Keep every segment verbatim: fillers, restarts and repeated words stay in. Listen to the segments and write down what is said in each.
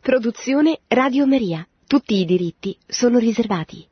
Produzione Radio Maria. Tutti i diritti sono riservati.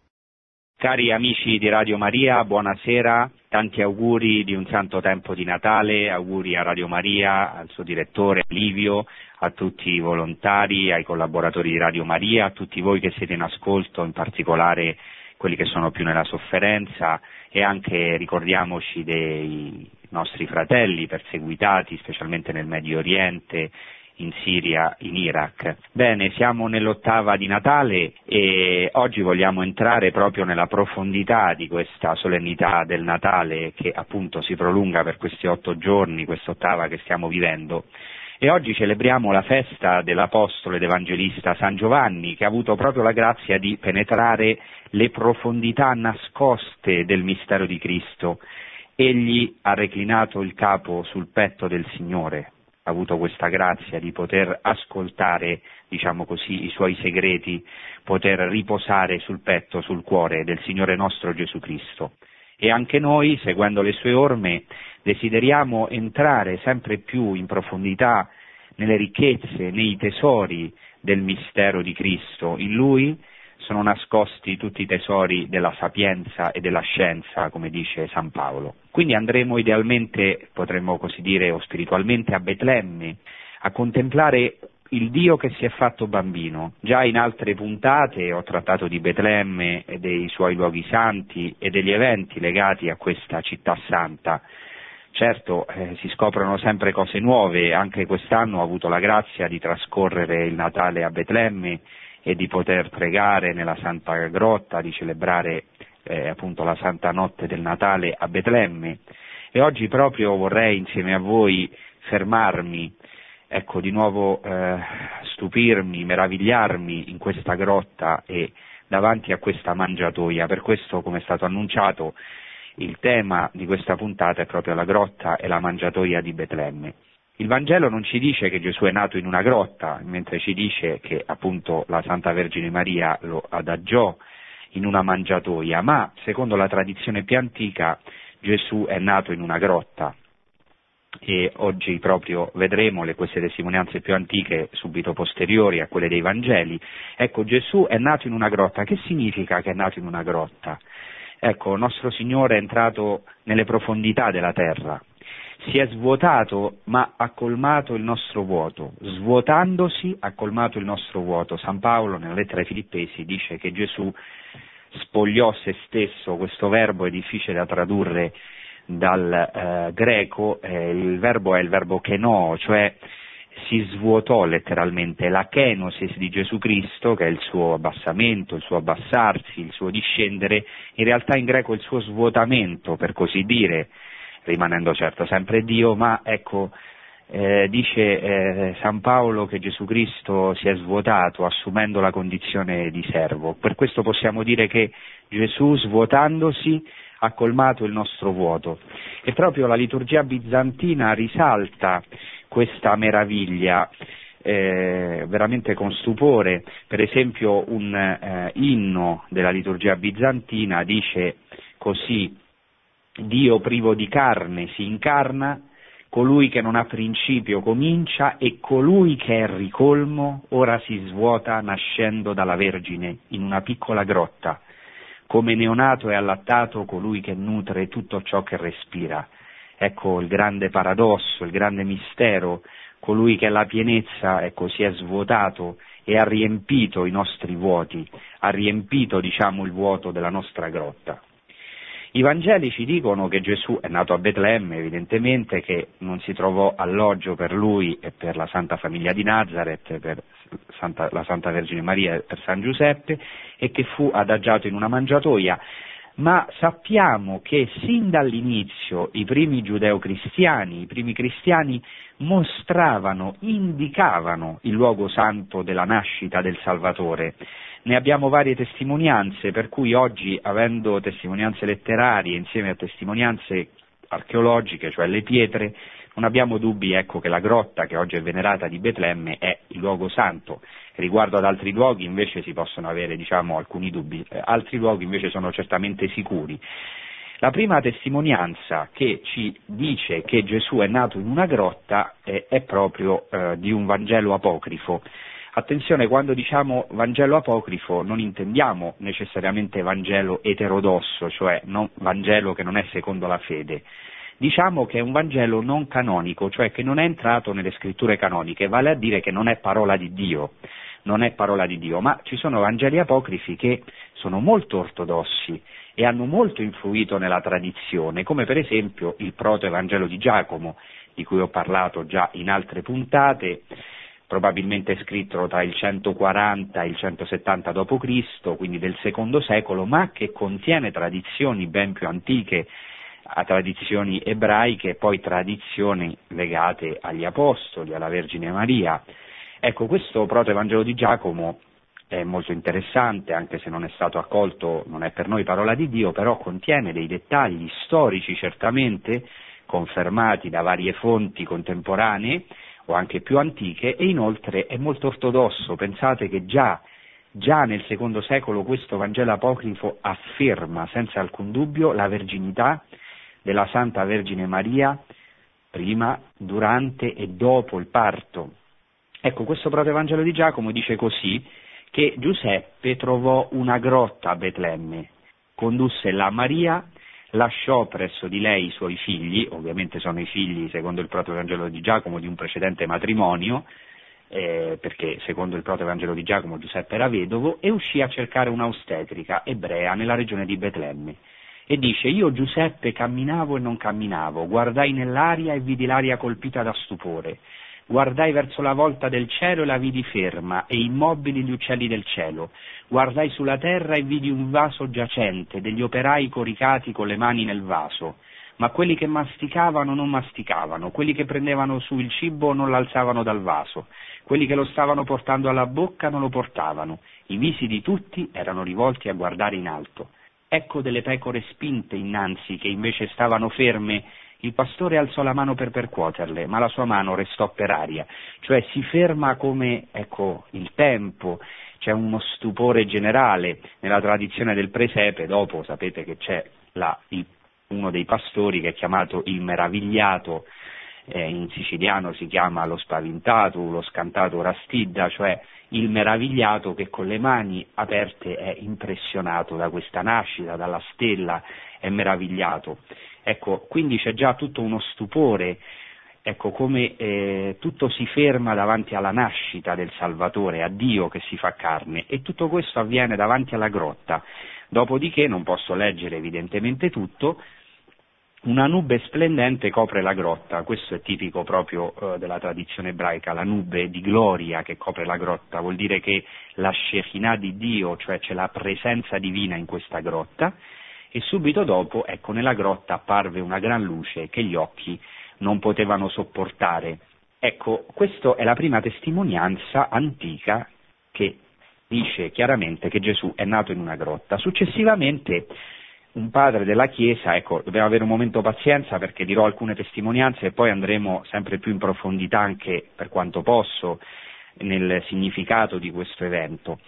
Cari amici di Radio Maria, buonasera, tanti auguri di un santo tempo di Natale, auguri a Radio Maria, al suo direttore Livio, a tutti i volontari, ai collaboratori di Radio Maria, a tutti voi che siete in ascolto, in particolare quelli che sono più nella sofferenza, e anche ricordiamoci dei nostri fratelli perseguitati, specialmente nel Medio Oriente, in Siria, in Iraq. Bene, siamo nell'ottava di Natale e oggi vogliamo entrare proprio nella profondità di questa solennità del Natale che appunto si prolunga per questi otto giorni, quest'ottava che stiamo vivendo. E oggi celebriamo la festa dell'Apostolo ed Evangelista San Giovanni, che ha avuto proprio la grazia di penetrare le profondità nascoste del mistero di Cristo. Egli ha reclinato il capo sul petto del Signore, ha avuto questa grazia di poter ascoltare, diciamo così, i suoi segreti, poter riposare sul petto, sul cuore del Signore nostro Gesù Cristo. E anche noi, seguendo le sue orme, desideriamo entrare sempre più in profondità nelle ricchezze, nei tesori del mistero di Cristo. In Lui sono nascosti tutti i tesori della sapienza e della scienza, come dice San Paolo. Quindi andremo idealmente, potremmo così dire, o spiritualmente a Betlemme, a contemplare il Dio che si è fatto bambino. Già in altre puntate ho trattato di Betlemme e dei suoi luoghi santi e degli eventi legati a questa città santa. Certo, eh, si scoprono sempre cose nuove, anche quest'anno ho avuto la grazia di trascorrere il Natale a Betlemme e di poter pregare nella Santa Grotta, di celebrare eh, appunto la Santa Notte del Natale a Betlemme. E oggi proprio vorrei insieme a voi fermarmi, ecco, di nuovo eh, stupirmi, meravigliarmi in questa grotta e davanti a questa mangiatoia. Per questo, come è stato annunciato, il tema di questa puntata è proprio la grotta e la mangiatoia di Betlemme. Il Vangelo non ci dice che Gesù è nato in una grotta, mentre ci dice che appunto la Santa Vergine Maria lo adagiò in una mangiatoia, ma secondo la tradizione più antica Gesù è nato in una grotta. E oggi proprio vedremo le, queste testimonianze più antiche subito posteriori a quelle dei Vangeli. Ecco, Gesù è nato in una grotta. Che significa che è nato in una grotta? Ecco, nostro Signore è entrato nelle profondità della terra, si è svuotato ma ha colmato il nostro vuoto, svuotandosi ha colmato il nostro vuoto. San Paolo nella lettera ai Filippesi dice che Gesù spogliò se stesso. Questo verbo è difficile da tradurre dal eh, greco, eh, il verbo è il verbo keno, cioè si svuotò letteralmente. La kenosis di Gesù Cristo, che è il suo abbassamento, il suo abbassarsi, il suo discendere, in realtà in greco è il suo svuotamento, per così dire, rimanendo certo sempre Dio, ma ecco, eh, dice eh, San Paolo che Gesù Cristo si è svuotato assumendo la condizione di servo. Per questo possiamo dire che Gesù, svuotandosi, ha colmato il nostro vuoto. E proprio la liturgia bizantina risalta questa meraviglia eh, veramente con stupore. Per esempio un eh, inno della liturgia bizantina dice così: Dio privo di carne si incarna, colui che non ha principio comincia, e colui che è ricolmo ora si svuota nascendo dalla Vergine in una piccola grotta, come neonato e allattato colui che nutre tutto ciò che respira. Ecco il grande paradosso, il grande mistero: colui che è la pienezza, ecco, si è svuotato e ha riempito i nostri vuoti, ha riempito, diciamo, il vuoto della nostra grotta. I Vangeli ci dicono che Gesù è nato a Betlemme, evidentemente, che non si trovò alloggio per lui e per la Santa Famiglia di Nazareth, per Santa, la Santa Vergine Maria e per San Giuseppe, e che fu adagiato in una mangiatoia. Ma sappiamo che sin dall'inizio i primi giudeo-cristiani, i primi cristiani mostravano, indicavano il luogo santo della nascita del Salvatore. Ne abbiamo varie testimonianze, per cui oggi, avendo testimonianze letterarie insieme a testimonianze archeologiche, cioè le pietre, non abbiamo dubbi, ecco, che la grotta che oggi è venerata di Betlemme è il luogo santo. Riguardo ad altri luoghi invece si possono avere, diciamo, alcuni dubbi, eh, altri luoghi invece sono certamente sicuri. La prima testimonianza che ci dice che Gesù è nato in una grotta eh, è proprio eh, di un Vangelo apocrifo. Attenzione, quando diciamo Vangelo apocrifo non intendiamo necessariamente Vangelo eterodosso, cioè non, Vangelo che non è secondo la fede. Diciamo che è un Vangelo non canonico, cioè che non è entrato nelle scritture canoniche, vale a dire che non è parola di Dio, non è parola di Dio, ma ci sono Vangeli apocrifi che sono molto ortodossi e hanno molto influito nella tradizione, come per esempio il proto-evangelo di Giacomo, di cui ho parlato già in altre puntate, probabilmente scritto tra il centoquaranta e il centosettanta dopo Cristo, quindi del secondo secolo, ma che contiene tradizioni ben più antiche, a tradizioni ebraiche e poi tradizioni legate agli Apostoli, alla Vergine Maria. Ecco, questo proto-evangelo di Giacomo è molto interessante, anche se non è stato accolto, non è per noi parola di Dio, però contiene dei dettagli storici certamente, confermati da varie fonti contemporanee o anche più antiche, e inoltre è molto ortodosso. Pensate che già, già nel secondo secolo questo Vangelo apocrifo afferma senza alcun dubbio la verginità della Santa Vergine Maria prima, durante e dopo il parto. Ecco, questo protoevangelo di Giacomo dice così, che Giuseppe trovò una grotta a Betlemme, condusse la Maria, lasciò presso di lei i suoi figli, ovviamente sono i figli, secondo il protoevangelo di Giacomo, di un precedente matrimonio, eh, perché secondo il protoevangelo di Giacomo Giuseppe era vedovo, e uscì a cercare un'ostetrica ebrea nella regione di Betlemme. E dice: io Giuseppe camminavo e non camminavo, guardai nell'aria e vidi l'aria colpita da stupore, guardai verso la volta del cielo e la vidi ferma e immobili gli uccelli del cielo, guardai sulla terra e vidi un vaso giacente, degli operai coricati con le mani nel vaso, ma quelli che masticavano non masticavano, quelli che prendevano su il cibo non l'alzavano dal vaso, quelli che lo stavano portando alla bocca non lo portavano, i visi di tutti erano rivolti a guardare in alto. Ecco delle pecore spinte innanzi, che invece stavano ferme. Il pastore alzò la mano per percuoterle, ma la sua mano restò per aria, cioè si ferma come, ecco, il tempo. C'è uno stupore generale nella tradizione del presepe. Dopo sapete che c'è la, il, uno dei pastori che è chiamato il meravigliato, eh, in siciliano si chiama lo spaventato, lo scantato rastidda, cioè il meravigliato che con le mani aperte è impressionato da questa nascita, dalla stella, è meravigliato. Ecco, quindi c'è già tutto uno stupore, ecco, come eh, tutto si ferma davanti alla nascita del Salvatore, a Dio che si fa carne, e tutto questo avviene davanti alla grotta. Dopodiché, non posso leggere evidentemente tutto, una nube splendente copre la grotta. Questo è tipico proprio eh, della tradizione ebraica, la nube di gloria che copre la grotta, vuol dire che la Shekinah di Dio, cioè c'è la presenza divina in questa grotta, e subito dopo, ecco, nella grotta apparve una gran luce che gli occhi non potevano sopportare. Ecco, questa è la prima testimonianza antica che dice chiaramente che Gesù è nato in una grotta. Successivamente un padre della Chiesa, ecco, dobbiamo avere un momento pazienza perché dirò alcune testimonianze e poi andremo sempre più in profondità, anche per quanto posso, nel significato di questo evento.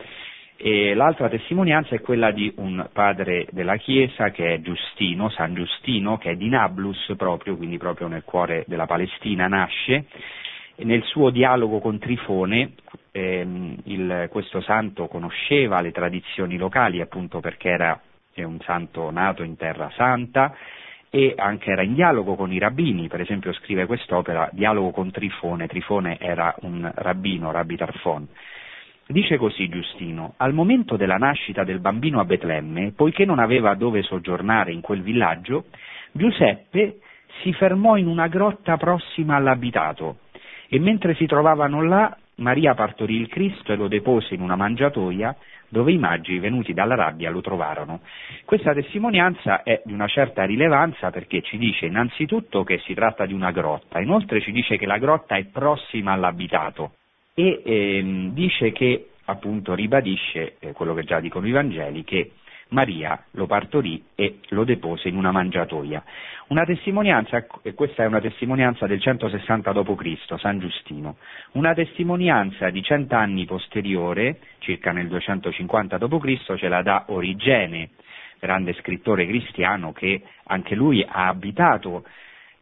E l'altra testimonianza è quella di un padre della Chiesa che è Giustino, San Giustino, che è di Nablus proprio, quindi proprio nel cuore della Palestina nasce. E nel suo dialogo con Trifone, ehm, il, questo santo conosceva le tradizioni locali, appunto perché era è un santo nato in terra santa, e anche era in dialogo con i rabbini. Per esempio scrive quest'opera Dialogo con Trifone. Trifone era un rabbino, Rabbi Tarfon. Dice così Giustino: al momento della nascita del bambino a Betlemme, poiché non aveva dove soggiornare in quel villaggio, Giuseppe si fermò in una grotta prossima all'abitato, e mentre si trovavano là, Maria partorì il Cristo e lo depose in una mangiatoia, dove i magi venuti dalla rabbia lo trovarono. Questa testimonianza è di una certa rilevanza perché ci dice innanzitutto che si tratta di una grotta, inoltre ci dice che la grotta è prossima all'abitato e ehm, dice che, appunto, ribadisce eh, quello che già dicono i Vangeli, che Maria lo partorì e lo depose in una mangiatoia. Una testimonianza, e questa è una testimonianza del centosessanta dopo Cristo, San Giustino, una testimonianza di cent'anni posteriore, circa nel duecentocinquanta dopo Cristo, ce la dà Origene, grande scrittore cristiano che anche lui ha abitato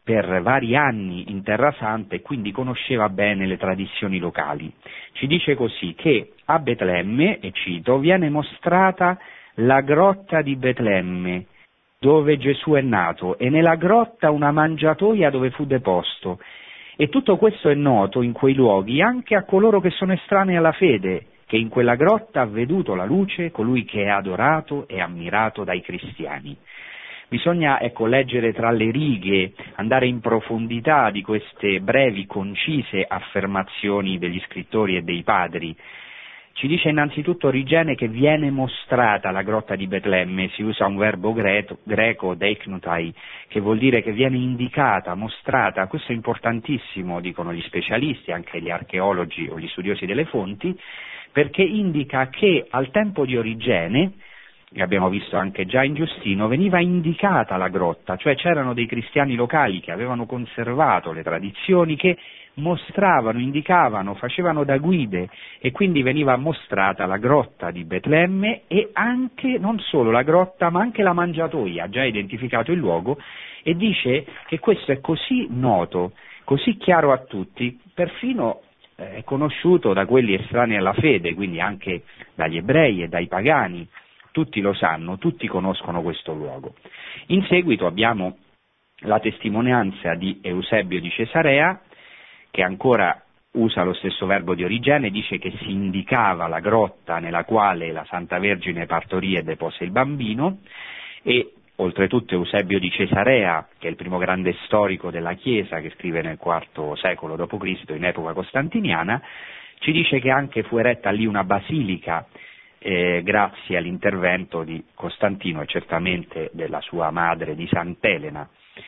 per vari anni in Terra Santa e quindi conosceva bene le tradizioni locali. Ci dice così che a Betlemme, e cito, viene mostrata la grotta di Betlemme, dove Gesù è nato, e nella grotta una mangiatoia dove fu deposto. E tutto questo è noto in quei luoghi anche a coloro che sono estranei alla fede, che in quella grotta ha veduto la luce, colui che è adorato e ammirato dai cristiani. Bisogna, ecco, leggere tra le righe, andare in profondità di queste brevi, concise affermazioni degli scrittori e dei padri. Ci dice innanzitutto Origene che viene mostrata la grotta di Betlemme, si usa un verbo greco, greco deiknutai, che vuol dire che viene indicata, mostrata. Questo è importantissimo, dicono gli specialisti, anche gli archeologi o gli studiosi delle fonti, perché indica che al tempo di Origene, che abbiamo visto anche già in Giustino, veniva indicata la grotta, cioè c'erano dei cristiani locali che avevano conservato le tradizioni, che mostravano, indicavano, facevano da guide, e quindi veniva mostrata la grotta di Betlemme, e anche, non solo la grotta, ma anche la mangiatoia, già identificato il luogo, e dice che questo è così noto, così chiaro a tutti, perfino eh, è conosciuto da quelli estranei alla fede, quindi anche dagli ebrei e dai pagani. Tutti lo sanno, tutti conoscono questo luogo. In seguito abbiamo la testimonianza di Eusebio di Cesarea, che ancora usa lo stesso verbo di Origene, dice che si indicava la grotta nella quale la Santa Vergine partorì e depose il bambino, e oltretutto Eusebio di Cesarea, che è il primo grande storico della Chiesa, che scrive nel quarto secolo dopo Cristo, in epoca costantiniana, ci dice che anche fu eretta lì una basilica, Eh, grazie all'intervento di Costantino e certamente della sua madre, di Sant'Elena.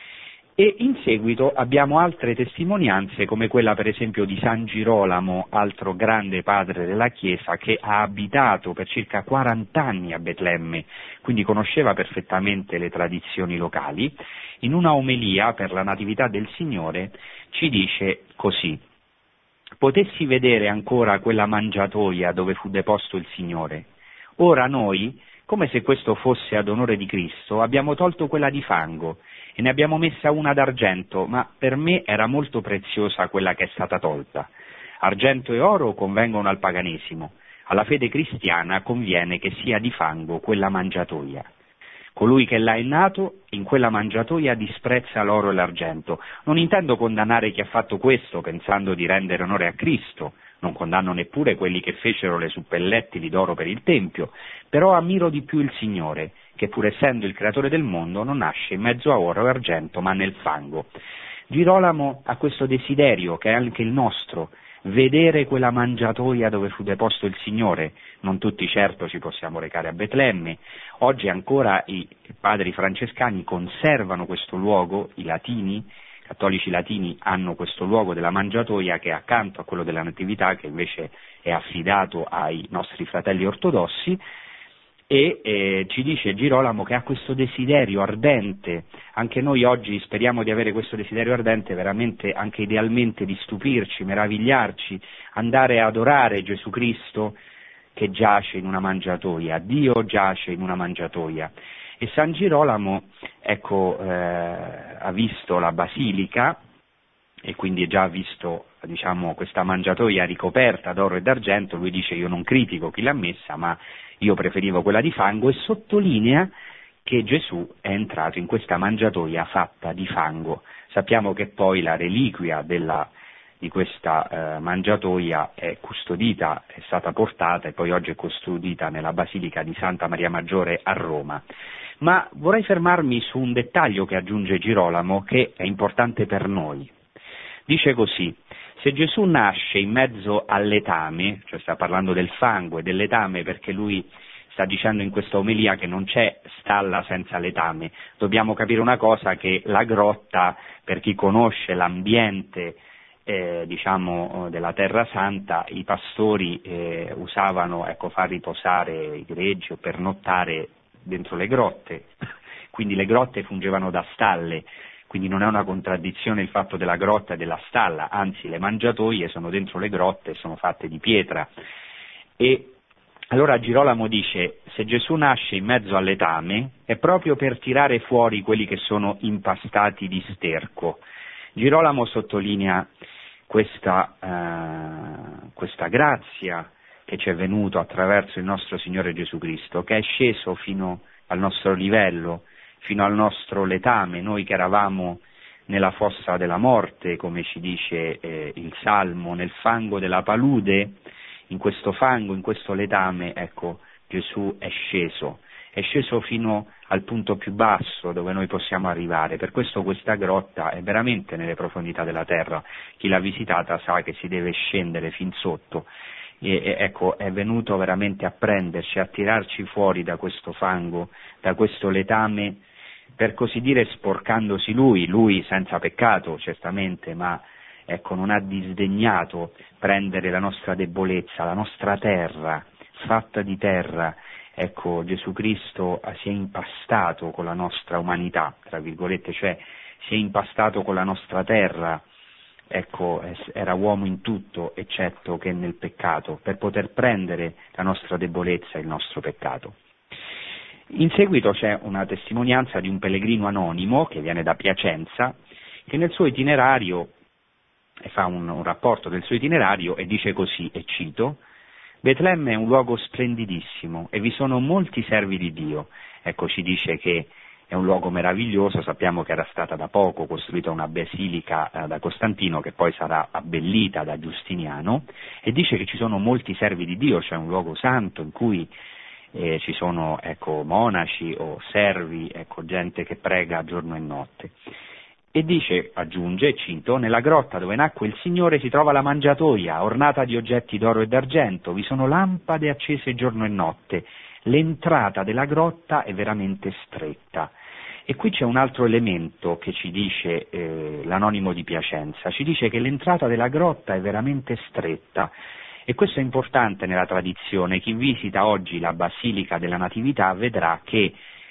E in seguito abbiamo altre testimonianze, come quella per esempio di San Girolamo, altro grande padre della Chiesa, che ha abitato per circa quaranta anni a Betlemme, quindi conosceva perfettamente le tradizioni locali. In una omelia per la Natività del Signore ci dice così: potessi vedere ancora quella mangiatoia dove fu deposto il Signore. Ora noi, come se questo fosse ad onore di Cristo, abbiamo tolto quella di fango e ne abbiamo messa una d'argento, ma per me era molto preziosa quella che è stata tolta. Argento e oro convengono al paganesimo, alla fede cristiana conviene che sia di fango quella mangiatoia. Colui che là è nato, in quella mangiatoia disprezza l'oro e l'argento. Non intendo condannare chi ha fatto questo pensando di rendere onore a Cristo, non condanno neppure quelli che fecero le suppellettili d'oro per il Tempio, però ammiro di più il Signore, che pur essendo il creatore del mondo non nasce in mezzo a oro e argento, ma nel fango. Girolamo ha questo desiderio, che è anche il nostro, vedere quella mangiatoia dove fu deposto il Signore. Non tutti certo ci possiamo recare a Betlemme. Oggi ancora i padri francescani conservano questo luogo, i latini, i cattolici latini hanno questo luogo della mangiatoia che è accanto a quello della Natività, che invece è affidato ai nostri fratelli ortodossi, e eh, ci dice Girolamo che ha questo desiderio ardente. Anche noi oggi speriamo di avere questo desiderio ardente, veramente anche idealmente, di stupirci, meravigliarci, andare a adorare Gesù Cristo che giace in una mangiatoia. Dio giace in una mangiatoia. E San Girolamo, ecco, eh, ha visto la basilica e quindi già ha visto, diciamo, questa mangiatoia ricoperta d'oro e d'argento. Lui dice: io non critico chi l'ha messa, ma io preferivo quella di fango, e sottolinea che Gesù è entrato in questa mangiatoia fatta di fango. Sappiamo che poi la reliquia della, di questa eh, mangiatoia è custodita, è stata portata e poi oggi è custodita nella Basilica di Santa Maria Maggiore a Roma. Ma vorrei fermarmi su un dettaglio che aggiunge Girolamo, che è importante per noi. Dice così: se Gesù nasce in mezzo al letame, cioè sta parlando del fango e del letame, perché lui sta dicendo in questa omelia che non c'è stalla senza letame, dobbiamo capire una cosa, che la grotta, per chi conosce l'ambiente eh, diciamo della Terra Santa, i pastori eh, usavano, ecco, far riposare i greggi o pernottare dentro le grotte, quindi le grotte fungevano da stalle. Quindi non è una contraddizione il fatto della grotta e della stalla, anzi le mangiatoie sono dentro le grotte, sono fatte di pietra. E Allora Girolamo dice: se Gesù nasce in mezzo al letame è proprio per tirare fuori quelli che sono impastati di sterco. Girolamo sottolinea questa, eh, questa grazia che ci è venuto attraverso il nostro Signore Gesù Cristo, che è sceso fino al nostro livello, fino al nostro letame, noi che eravamo nella fossa della morte, come ci dice eh, il Salmo, nel fango della palude, in questo fango, in questo letame, ecco, Gesù è sceso, è sceso fino al punto più basso dove noi possiamo arrivare. Per questo questa grotta è veramente nelle profondità della terra. Chi l'ha visitata sa che si deve scendere fin sotto. E, e, ecco, è venuto veramente a prenderci, a tirarci fuori da questo fango, da questo letame, per così dire sporcandosi lui, lui senza peccato certamente, ma ecco, non ha disdegnato prendere la nostra debolezza, la nostra terra, fatta di terra. Ecco, Gesù Cristo si è impastato con la nostra umanità, tra virgolette, cioè si è impastato con la nostra terra, ecco, era uomo in tutto eccetto che nel peccato, per poter prendere la nostra debolezza e il nostro peccato. In seguito c'è una testimonianza di un pellegrino anonimo che viene da Piacenza, che nel suo itinerario fa un, un rapporto del suo itinerario e dice così, e cito: Betlemme è un luogo splendidissimo e vi sono molti servi di Dio. Ecco, ci dice che è un luogo meraviglioso, sappiamo che era stata da poco costruita una basilica eh, da Costantino, che poi sarà abbellita da Giustiniano, e dice che ci sono molti servi di Dio, cioè un luogo santo in cui eh, ci sono, ecco, monaci o servi, ecco, gente che prega giorno e notte. E dice, aggiunge, cito: nella grotta dove nacque il Signore si trova la mangiatoia, ornata di oggetti d'oro e d'argento, vi sono lampade accese giorno e notte, l'entrata della grotta è veramente stretta. E qui c'è un altro elemento che ci dice eh, l'anonimo di Piacenza, ci dice che l'entrata della grotta è veramente stretta, e questo è importante nella tradizione. Chi visita oggi la Basilica della Natività vedrà che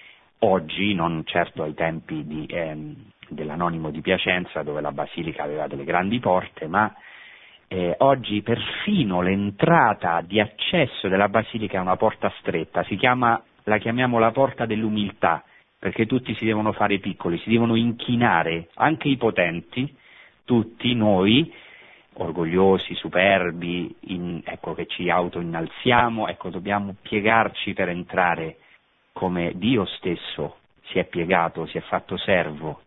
oggi, non certo ai tempi di... Ehm, dell'anonimo di Piacenza, dove la basilica aveva delle grandi porte, ma eh, oggi perfino l'entrata di accesso della basilica è una porta stretta, si chiama, la chiamiamo la porta dell'umiltà, perché tutti si devono fare piccoli, si devono inchinare, anche i potenti, tutti noi, orgogliosi, superbi, in, ecco, che ci autoinnalziamo, ecco, dobbiamo piegarci per entrare, come Dio stesso si è piegato, si è fatto servo.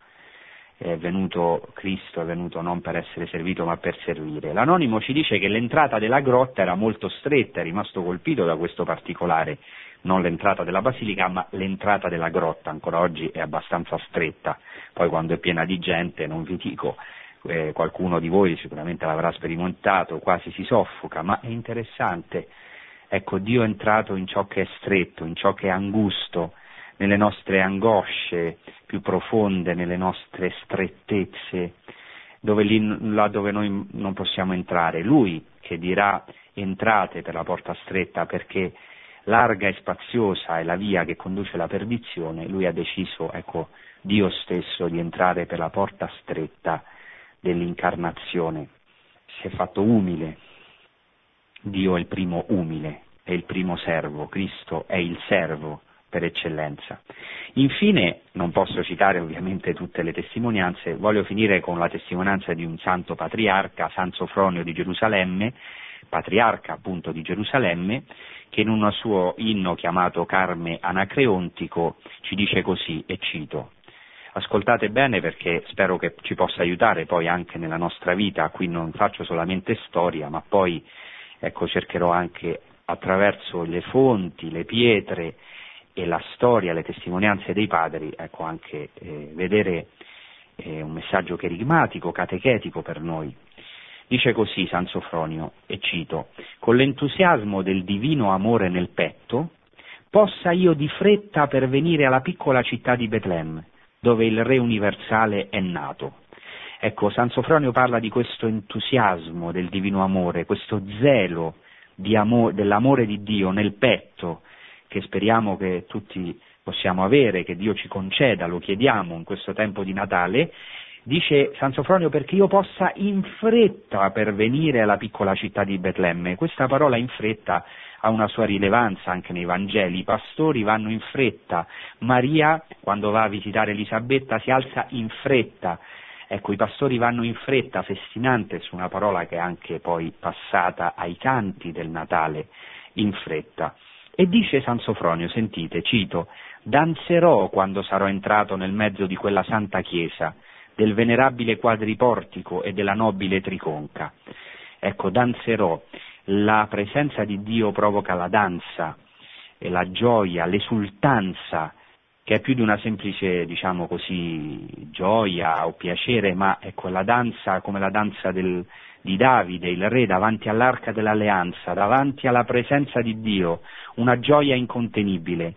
È venuto Cristo, è venuto non per essere servito ma per servire. L'anonimo ci dice che l'entrata della grotta era molto stretta, è rimasto colpito da questo particolare, non l'entrata della basilica ma l'entrata della grotta, ancora oggi è abbastanza stretta, poi quando è piena di gente, non vi dico, eh, qualcuno di voi sicuramente l'avrà sperimentato, quasi si soffoca, ma è interessante, ecco, Dio è entrato in ciò che è stretto, in ciò che è angusto, nelle nostre angosce più profonde, nelle nostre strettezze, dove lì, là dove noi non possiamo entrare. Lui che dirà: entrate per la porta stretta, perché larga e spaziosa è la via che conduce alla perdizione. Lui ha deciso, ecco, Dio stesso, di entrare per la porta stretta dell'incarnazione. Si è fatto umile. Dio è il primo umile, è il primo servo, Cristo è il servo per eccellenza. Infine, non posso citare ovviamente tutte le testimonianze, voglio finire con la testimonianza di un santo patriarca, San Sofronio di Gerusalemme, patriarca appunto di Gerusalemme, che in un suo inno chiamato Carme Anacreontico ci dice così, e cito: ascoltate bene perché spero che ci possa aiutare poi anche nella nostra vita, qui non faccio solamente storia, ma poi ecco, cercherò anche attraverso le fonti, le pietre e la storia, le testimonianze dei padri, ecco, anche eh, vedere eh, un messaggio cherigmatico, catechetico per noi. Dice così San Sofronio, e cito: con l'entusiasmo del divino amore nel petto, possa io di fretta pervenire alla piccola città di Betlemme, dove il Re universale è nato. Ecco, San Sofronio parla di questo entusiasmo del divino amore, questo zelo di amore, dell'amore di Dio nel petto, che speriamo che tutti possiamo avere, che Dio ci conceda, lo chiediamo in questo tempo di Natale, Dice San Sofronio perché io possa in fretta pervenire alla piccola città di Betlemme. Questa parola in fretta ha una sua rilevanza anche nei Vangeli. I pastori vanno in fretta, Maria quando va a visitare Elisabetta si alza in fretta. Ecco, i pastori vanno in fretta, festinantes, una parola che è anche poi passata ai canti del Natale, in fretta. E dice San Sofronio, sentite, cito, danzerò quando sarò entrato nel mezzo di quella santa chiesa, del venerabile quadriportico e della nobile triconca. Ecco, danzerò. La presenza di Dio provoca la danza, e la gioia, l'esultanza, che è più di una semplice, diciamo così, gioia o piacere, ma ecco la danza come la danza del, di Davide, il re, davanti all'arca dell'alleanza, davanti alla presenza di Dio, una gioia incontenibile.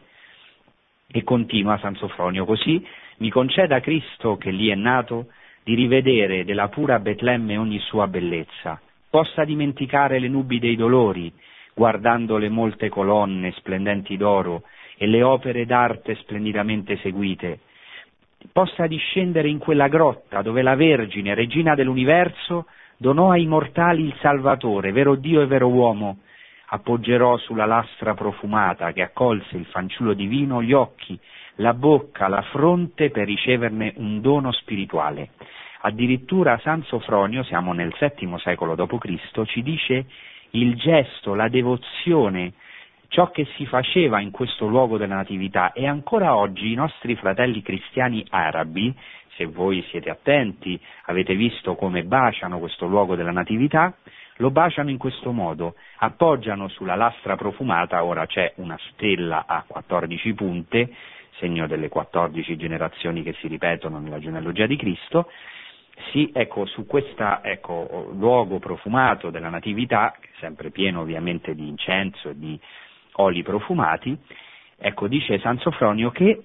E continua San Sofronio, così mi conceda Cristo, che lì è nato, di rivedere della pura Betlemme ogni sua bellezza, possa dimenticare le nubi dei dolori, guardando le molte colonne splendenti d'oro e le opere d'arte splendidamente seguite, possa discendere in quella grotta dove la Vergine, regina dell'universo, donò ai mortali il Salvatore, vero Dio e vero uomo. Appoggerò sulla lastra profumata che accolse il fanciullo divino gli occhi, la bocca, la fronte per riceverne un dono spirituale. Addirittura San Sofronio, siamo nel settimo secolo dopo Cristo, ci dice il gesto, la devozione, ciò che si faceva in questo luogo della Natività, e ancora oggi i nostri fratelli cristiani arabi, se voi siete attenti, avete visto come baciano questo luogo della Natività, lo baciano in questo modo, appoggiano sulla lastra profumata, ora c'è una stella a quattordici punte, segno delle quattordici generazioni che si ripetono nella genealogia di Cristo. Sì, ecco, su questo ecco, luogo profumato della Natività, sempre pieno ovviamente di incenso e di oli profumati, ecco, dice San Sofronio che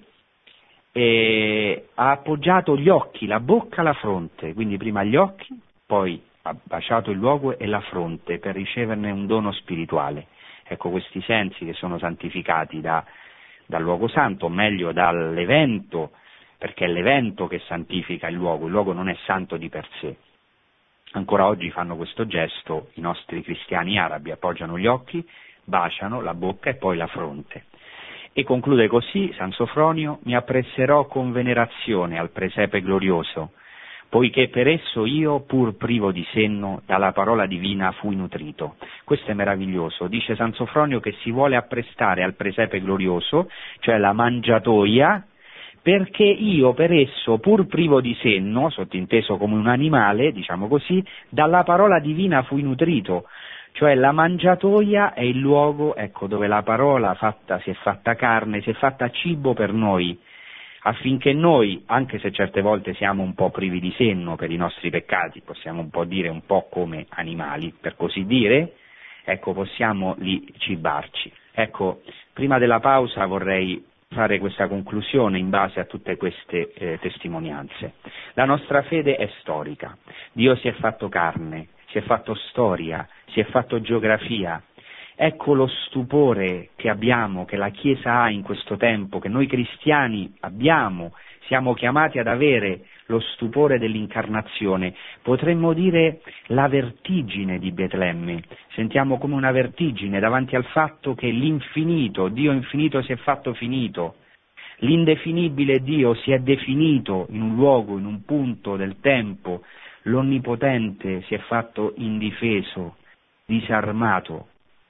eh, ha appoggiato gli occhi, la bocca, la fronte, quindi prima gli occhi, poi ha baciato il luogo e la fronte per riceverne un dono spirituale. Ecco, questi sensi che sono santificati da, dal luogo santo, o meglio dall'evento, perché è l'evento che santifica il luogo, il luogo non è santo di per sé. Ancora oggi fanno questo gesto i nostri cristiani arabi, appoggiano gli occhi, baciano la bocca e poi la fronte. E conclude così San Sofronio: mi appresserò con venerazione al presepe glorioso, poiché per esso io, pur privo di senno, dalla parola divina fui nutrito. Questo è meraviglioso, dice San Sofronio che si vuole apprestare al presepe glorioso, cioè la mangiatoia, perché io per esso, pur privo di senno, sottinteso come un animale, diciamo così, dalla parola divina fui nutrito. Cioè la mangiatoia è il luogo, ecco, dove la parola fatta, si è fatta carne, si è fatta cibo per noi, affinché noi, anche se certe volte siamo un po' privi di senno per i nostri peccati, possiamo un po' dire un po' come animali, per così dire, ecco, possiamo lì cibarci. Ecco, prima della pausa vorrei fare questa conclusione in base a tutte queste eh, testimonianze. La nostra fede è storica, Dio si è fatto carne, si è fatto storia, si è fatto geografia. Ecco lo stupore che abbiamo, che la Chiesa ha in questo tempo, che noi cristiani abbiamo, siamo chiamati ad avere lo stupore dell'incarnazione. Potremmo dire la vertigine di Betlemme. Sentiamo come una vertigine davanti al fatto che l'infinito, Dio infinito si è fatto finito. L'indefinibile Dio si è definito in un luogo, in un punto del tempo. L'Onnipotente si è fatto indifeso, disarmato.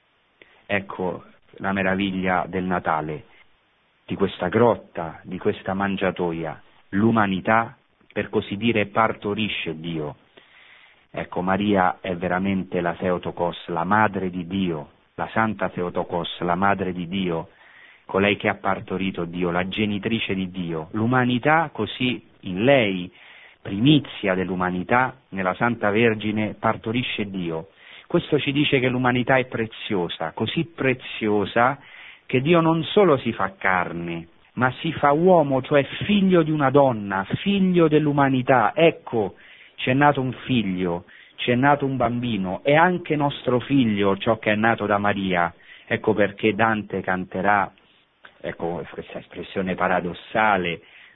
Ecco la meraviglia del Natale, di questa grotta, di questa mangiatoia. L'umanità, per così dire, partorisce Dio. Ecco, Maria è veramente la Theotokos, la madre di Dio, la Santa Theotokos, la madre di Dio, colei che ha partorito Dio, la genitrice di Dio. L'umanità così in lei, primizia dell'umanità, nella Santa Vergine, partorisce Dio. Questo ci dice che l'umanità è preziosa, così preziosa che Dio non solo si fa carne, ma si fa uomo, cioè figlio di una donna, figlio dell'umanità. Ecco, ci è nato un figlio, ci è nato un bambino, è anche nostro figlio ciò che è nato da Maria. Ecco perché Dante canterà, ecco questa espressione paradossale,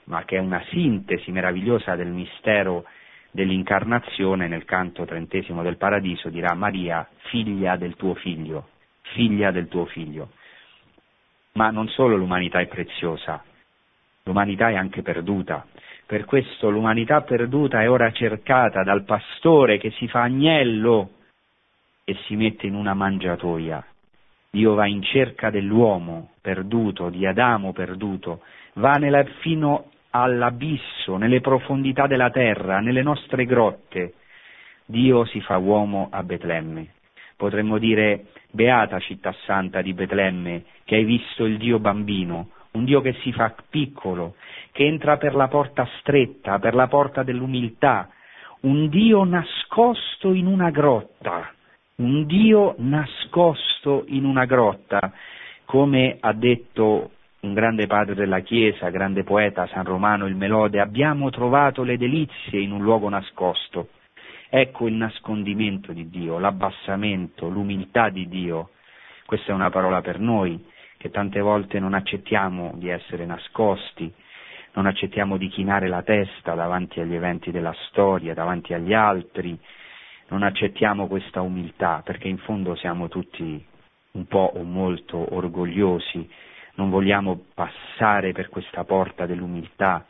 ma che è una sintesi meravigliosa del mistero dell'incarnazione. Nel canto trentesimo del Paradiso dirà: Maria, figlia del tuo figlio, figlia del tuo figlio. Ma non solo l'umanità è preziosa, l'umanità è anche perduta. Per questo l'umanità perduta è ora cercata dal pastore che si fa agnello e si mette in una mangiatoia. Dio va in cerca dell'uomo perduto, di Adamo perduto, va nella, fino all'abisso, nelle profondità della terra, nelle nostre grotte. Dio si fa uomo a Betlemme. Potremmo dire: beata città santa di Betlemme, che hai visto il Dio bambino, un Dio che si fa piccolo, che entra per la porta stretta, per la porta dell'umiltà, un Dio nascosto in una grotta, un Dio nascosto in una grotta, come ha detto un grande padre della Chiesa, grande poeta, San Romano il Melode: abbiamo trovato le delizie in un luogo nascosto. Ecco il nascondimento di Dio, l'abbassamento, l'umiltà di Dio. Questa è una parola per noi, che tante volte non accettiamo di essere nascosti, non accettiamo di chinare la testa davanti agli eventi della storia, davanti agli altri, non accettiamo questa umiltà, perché in fondo siamo tutti un po' o molto orgogliosi, non vogliamo passare per questa porta dell'umiltà.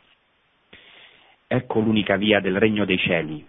Ecco l'unica via del regno dei cieli: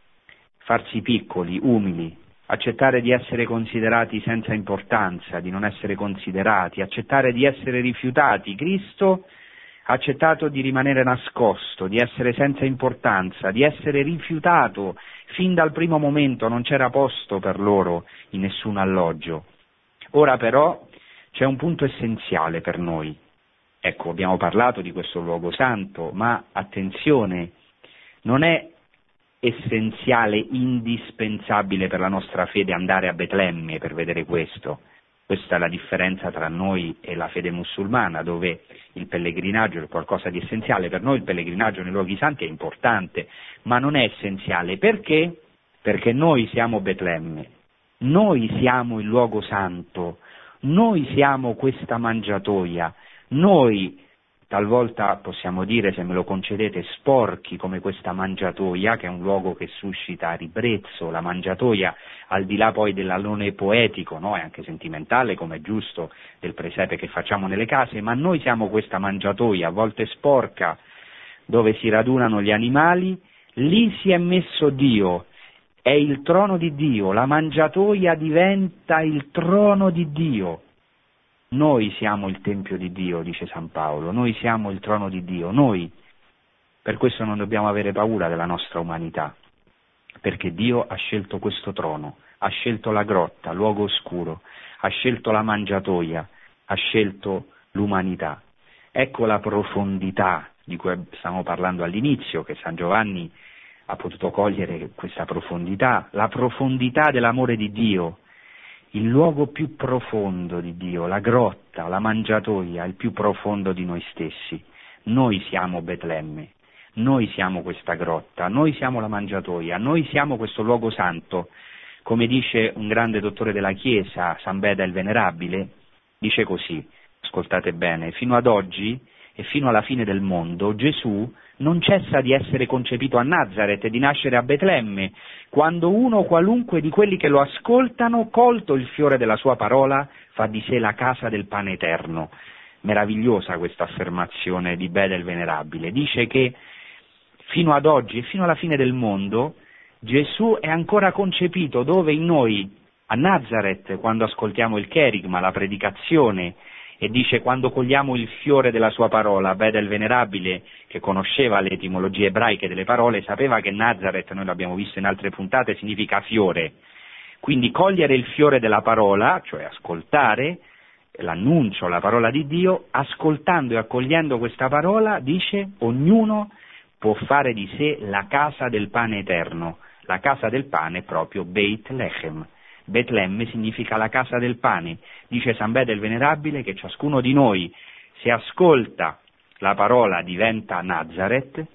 farsi piccoli, umili, accettare di essere considerati senza importanza, di non essere considerati, accettare di essere rifiutati. Cristo ha accettato di rimanere nascosto, di essere senza importanza, di essere rifiutato. Fin dal primo momento non c'era posto per loro in nessun alloggio. Ora però c'è un punto essenziale per noi. Ecco, abbiamo parlato di questo luogo santo, ma attenzione, non è essenziale, indispensabile per la nostra fede andare a Betlemme per vedere questo. Questa è la differenza tra noi e la fede musulmana, dove il pellegrinaggio è qualcosa di essenziale. Per noi il pellegrinaggio nei luoghi santi è importante, ma non è essenziale. Perché? Perché noi siamo Betlemme, noi siamo il luogo santo, noi siamo questa mangiatoia, noi, talvolta possiamo dire, se me lo concedete, sporchi come questa mangiatoia, che è un luogo che suscita ribrezzo. La mangiatoia, al di là poi dell'alone poetico, no? È anche sentimentale, come è giusto, del presepe che facciamo nelle case, ma noi siamo questa mangiatoia, a volte sporca, dove si radunano gli animali. Lì si è messo Dio, è il trono di Dio, la mangiatoia diventa il trono di Dio. Noi siamo il Tempio di Dio, dice San Paolo, noi siamo il trono di Dio, noi. Per questo non dobbiamo avere paura della nostra umanità, perché Dio ha scelto questo trono, ha scelto la grotta, luogo oscuro, ha scelto la mangiatoia, ha scelto l'umanità. Ecco la profondità di cui stavamo parlando all'inizio, che San Giovanni ha potuto cogliere questa profondità, la profondità dell'amore di Dio. Il luogo più profondo di Dio, la grotta, la mangiatoia, il più profondo di noi stessi. Noi siamo Betlemme, noi siamo questa grotta, noi siamo la mangiatoia, noi siamo questo luogo santo. Come dice un grande dottore della Chiesa, San Beda il Venerabile, dice così, ascoltate bene: fino ad oggi e fino alla fine del mondo Gesù non cessa di essere concepito a Nazaret e di nascere a Betlemme, quando uno qualunque di quelli che lo ascoltano, colto il fiore della sua parola, fa di sé la casa del pane eterno. Meravigliosa questa affermazione di Beda il Venerabile. Dice che fino ad oggi e fino alla fine del mondo Gesù è ancora concepito dove? In noi, a Nazaret, quando ascoltiamo il cherigma, la predicazione. E dice: quando cogliamo il fiore della sua parola. Beda il Venerabile, che conosceva le etimologie ebraiche delle parole, sapeva che Nazaret, noi l'abbiamo visto in altre puntate, significa fiore. Quindi cogliere il fiore della parola, cioè ascoltare l'annuncio, la parola di Dio, ascoltando e accogliendo questa parola, dice, ognuno può fare di sé la casa del pane eterno. La casa del pane è proprio Beit Lechem. Betlemme significa la casa del pane. Dice San Beda il Venerabile che ciascuno di noi, se ascolta la parola, diventa Nazaret,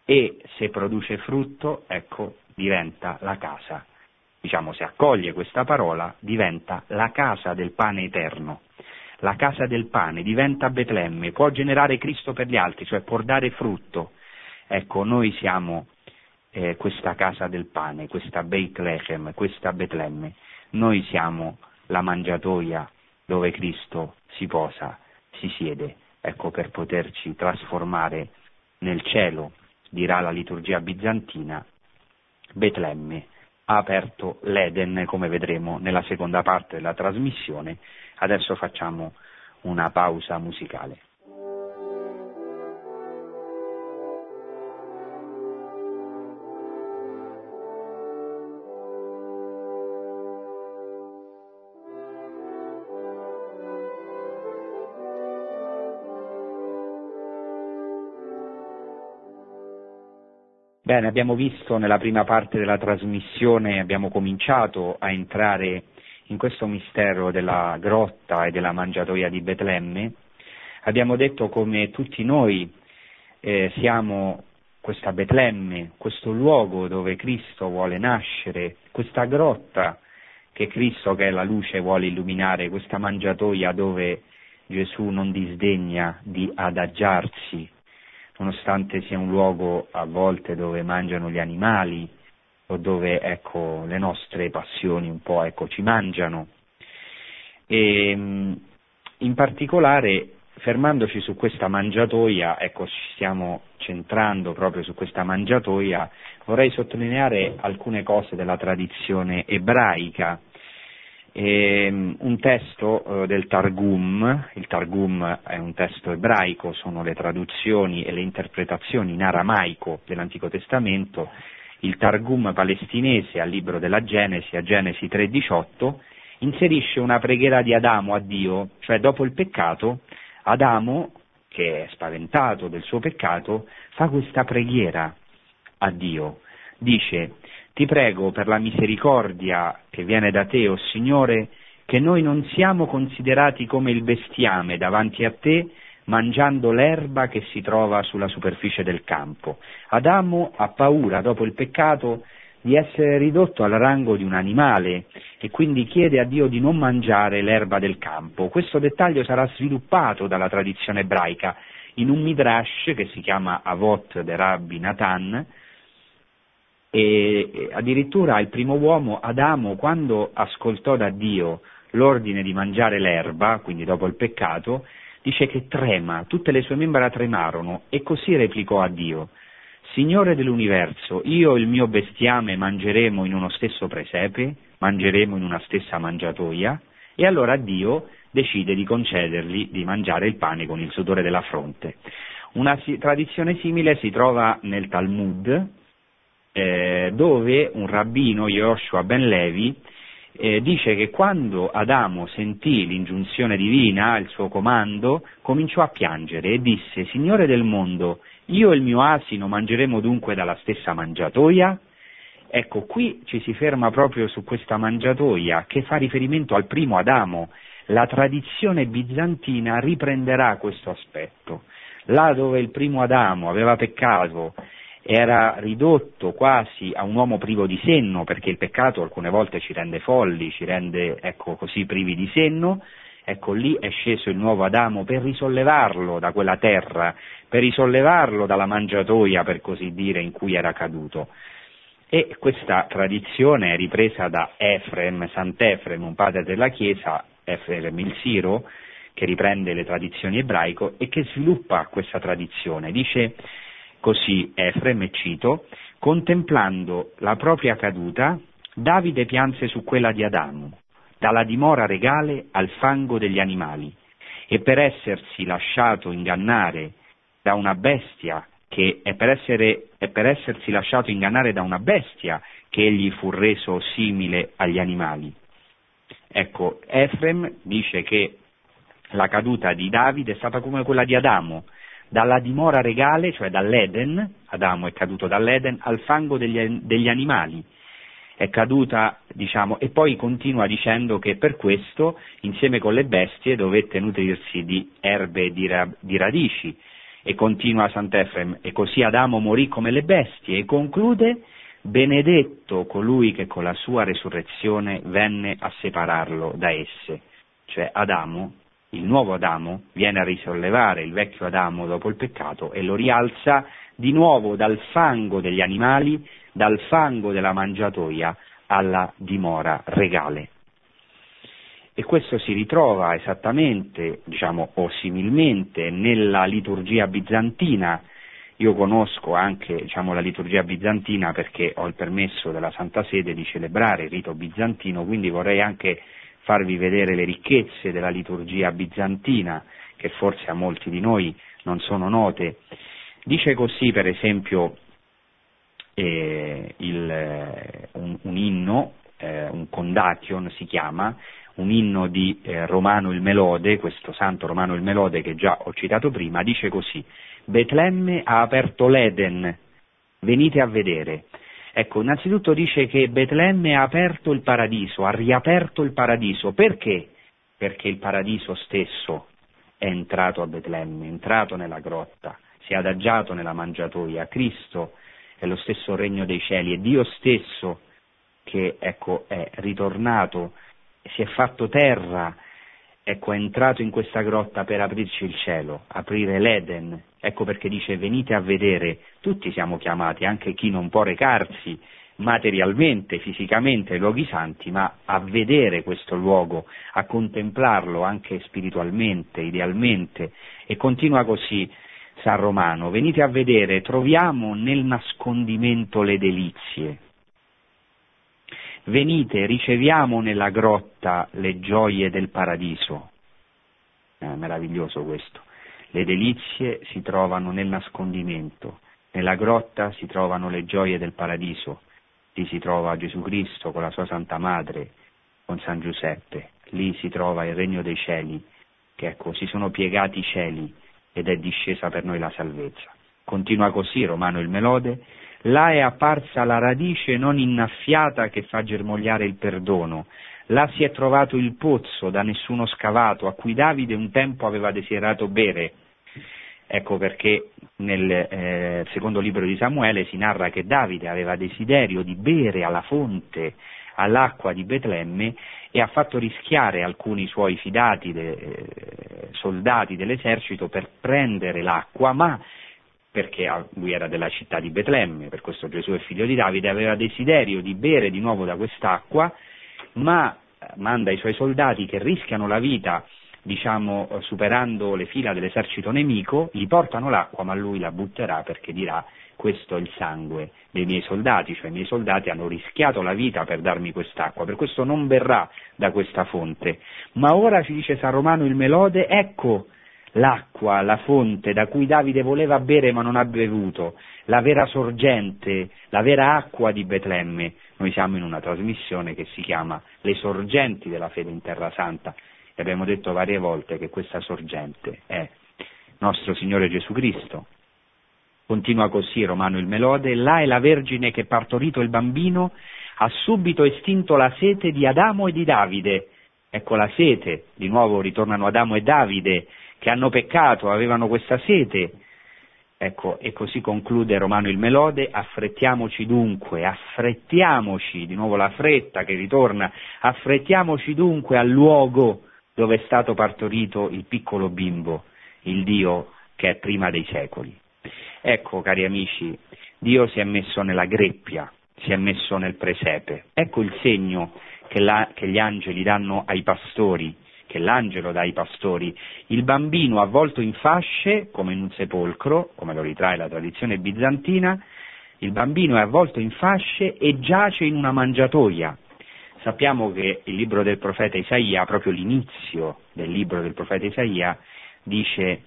e se produce frutto, ecco, diventa la casa. Diciamo, se accoglie questa parola, diventa la casa del pane eterno. la casa del pane, diventa Betlemme, può generare Cristo per gli altri, cioè può dare frutto. Ecco, noi siamo eh, questa casa del pane, questa Beit Lechem, questa Betlemme. Noi siamo la mangiatoia dove Cristo si posa, si siede, ecco, per poterci trasformare nel cielo, dirà la liturgia bizantina. Betlemme ha aperto l'Eden, come vedremo nella seconda parte della trasmissione. Adesso facciamo una pausa musicale. Bene, abbiamo visto nella prima parte della trasmissione, abbiamo cominciato a entrare in questo mistero della grotta e della mangiatoia di Betlemme. Abbiamo detto come tutti noi eh, siamo questa Betlemme, questo luogo dove Cristo vuole nascere, questa grotta che Cristo, che è la luce, vuole illuminare, questa mangiatoia dove Gesù non disdegna di adagiarsi, nonostante sia un luogo a volte dove mangiano gli animali o dove, ecco, le nostre passioni un po', ecco, ci mangiano. E in particolare, fermandoci su questa mangiatoia, ecco, ci stiamo centrando proprio su questa mangiatoia, vorrei sottolineare alcune cose della tradizione ebraica. E un testo eh, del Targum, il Targum è un testo ebraico, sono le traduzioni e le interpretazioni in aramaico dell'Antico Testamento. Il Targum palestinese al libro della Genesi, a Genesi tre diciotto, inserisce una preghiera di Adamo a Dio, cioè dopo il peccato, Adamo, che è spaventato del suo peccato, fa questa preghiera a Dio, dice: ti prego per la misericordia che viene da te, o Signore, che noi non siamo considerati come il bestiame davanti a te, mangiando l'erba che si trova sulla superficie del campo. Adamo ha paura, dopo il peccato, di essere ridotto al rango di un animale e quindi chiede a Dio di non mangiare l'erba del campo. Questo dettaglio sarà sviluppato dalla tradizione ebraica in un midrash che si chiama Avot de Rabbi Natan. E addirittura il primo uomo, Adamo, quando ascoltò da Dio l'ordine di mangiare l'erba, quindi dopo il peccato, dice che trema, tutte le sue membra tremarono, e così replicò a Dio: Signore dell'universo, io e il mio bestiame mangeremo in uno stesso presepe, mangeremo in una stessa mangiatoia. E allora Dio decide di concedergli di mangiare il pane con il sudore della fronte. Una si- tradizione simile si trova nel Talmud, Eh, dove un rabbino, Yehoshua ben Levi, eh, dice che quando Adamo sentì l'ingiunzione divina, il suo comando, cominciò a piangere e disse: Signore del mondo, io e il mio asino mangeremo dunque dalla stessa mangiatoia? Ecco, qui ci si ferma proprio su questa mangiatoia che fa riferimento al primo Adamo. La tradizione bizantina riprenderà questo aspetto. Là dove il primo Adamo aveva peccato, era ridotto quasi a un uomo privo di senno, perché il peccato alcune volte ci rende folli, ci rende, ecco, così privi di senno. Ecco, lì è sceso il nuovo Adamo per risollevarlo da quella terra, per risollevarlo dalla mangiatoia, per così dire, in cui era caduto. E questa tradizione è ripresa da Efrem, Sant'Efrem, un padre della Chiesa, Efrem il Siro, che riprende le tradizioni ebraiche e che sviluppa questa tradizione. Dice così Efrem, e cito: contemplando la propria caduta, Davide pianse su quella di Adamo, dalla dimora regale al fango degli animali, e per essersi lasciato ingannare da una bestia che è per, essere, è per essersi lasciato ingannare da una bestia che egli fu reso simile agli animali. Ecco, Efrem dice che la caduta di Davide è stata come quella di Adamo, dalla dimora regale, cioè dall'Eden, Adamo è caduto dall'Eden, al fango degli, degli animali, è caduta, diciamo, e poi continua dicendo che per questo, insieme con le bestie, dovette nutrirsi di erbe e di, ra- di radici, e continua Sant'Efrem: e così Adamo morì come le bestie, e conclude: benedetto colui che con la sua resurrezione venne a separarlo da esse. Cioè Adamo il nuovo Adamo viene a risollevare il vecchio Adamo dopo il peccato e lo rialza di nuovo dal fango degli animali, dal fango della mangiatoia alla dimora regale. E questo si ritrova esattamente, diciamo, o similmente nella liturgia bizantina. Io conosco anche, diciamo, la liturgia bizantina perché ho il permesso della Santa Sede di celebrare il rito bizantino, quindi vorrei anche farvi vedere le ricchezze della liturgia bizantina, che forse a molti di noi non sono note. Dice così, per esempio, eh, il, un, un inno, eh, un condation si chiama, un inno di eh, Romano il Melode, questo santo Romano il Melode che già ho citato prima, dice così: Betlemme ha aperto l'Eden, venite a vedere. Ecco, innanzitutto dice che Betlemme ha aperto il paradiso, ha riaperto il paradiso. Perché? Perché il paradiso stesso è entrato a Betlemme, è entrato nella grotta, si è adagiato nella mangiatoia. Cristo è lo stesso regno dei cieli, è Dio stesso che, ecco, è ritornato, si è fatto terra, ecco, è entrato in questa grotta per aprirci il cielo, aprire l'Eden. Ecco perché dice venite a vedere. Tutti siamo chiamati, anche chi non può recarsi materialmente, fisicamente ai luoghi santi, ma a vedere questo luogo, a contemplarlo anche spiritualmente, idealmente. E continua così San Romano: venite a vedere, troviamo nel nascondimento le delizie. Venite, riceviamo nella grotta le gioie del paradiso. È meraviglioso questo. Le delizie si trovano nel nascondimento, nella grotta si trovano le gioie del paradiso. Lì si trova Gesù Cristo con la sua Santa Madre, con San Giuseppe. Lì si trova il regno dei cieli, che ecco, si sono piegati i cieli ed è discesa per noi la salvezza. Continua così Romano il Melode: là è apparsa la radice non innaffiata che fa germogliare il perdono. Là si è trovato il pozzo da nessuno scavato, a cui Davide un tempo aveva desiderato bere. Ecco perché nel eh, secondo libro di Samuele si narra che Davide aveva desiderio di bere alla fonte, all'acqua di Betlemme, e ha fatto rischiare alcuni suoi fidati, de, eh, soldati dell'esercito, per prendere l'acqua, ma perché lui era della città di Betlemme, per questo Gesù è figlio di Davide, aveva desiderio di bere di nuovo da quest'acqua, ma manda i suoi soldati che rischiano la vita, diciamo, superando le fila dell'esercito nemico, gli portano l'acqua, ma lui la butterà perché dirà: questo è il sangue dei miei soldati, cioè i miei soldati hanno rischiato la vita per darmi quest'acqua, per questo non berrà da questa fonte. Ma ora, ci dice San Romano il Melode, ecco l'acqua, la fonte da cui Davide voleva bere ma non ha bevuto, la vera sorgente, la vera acqua di Betlemme. Noi siamo in una trasmissione che si chiama Le sorgenti della fede in Terra Santa e abbiamo detto varie volte che questa sorgente è nostro Signore Gesù Cristo. Continua così Romano il Melode: là è la Vergine che, partorito il bambino, ha subito estinto la sete di Adamo e di Davide. Ecco la sete, di nuovo ritornano Adamo e Davide, che hanno peccato, avevano questa sete. Ecco, e così conclude Romano il Melode: affrettiamoci dunque, affrettiamoci, di nuovo la fretta che ritorna, affrettiamoci dunque al luogo dove è stato partorito il piccolo bimbo, il Dio che è prima dei secoli. Ecco, cari amici, Dio si è messo nella greppia, si è messo nel presepe. Ecco il segno che, la, che gli angeli danno ai pastori, che l'angelo dà ai pastori: il bambino avvolto in fasce come in un sepolcro, come lo ritrae la tradizione bizantina, il bambino è avvolto in fasce e giace in una mangiatoia. Sappiamo che il libro del profeta Isaia, proprio l'inizio del libro del profeta Isaia, dice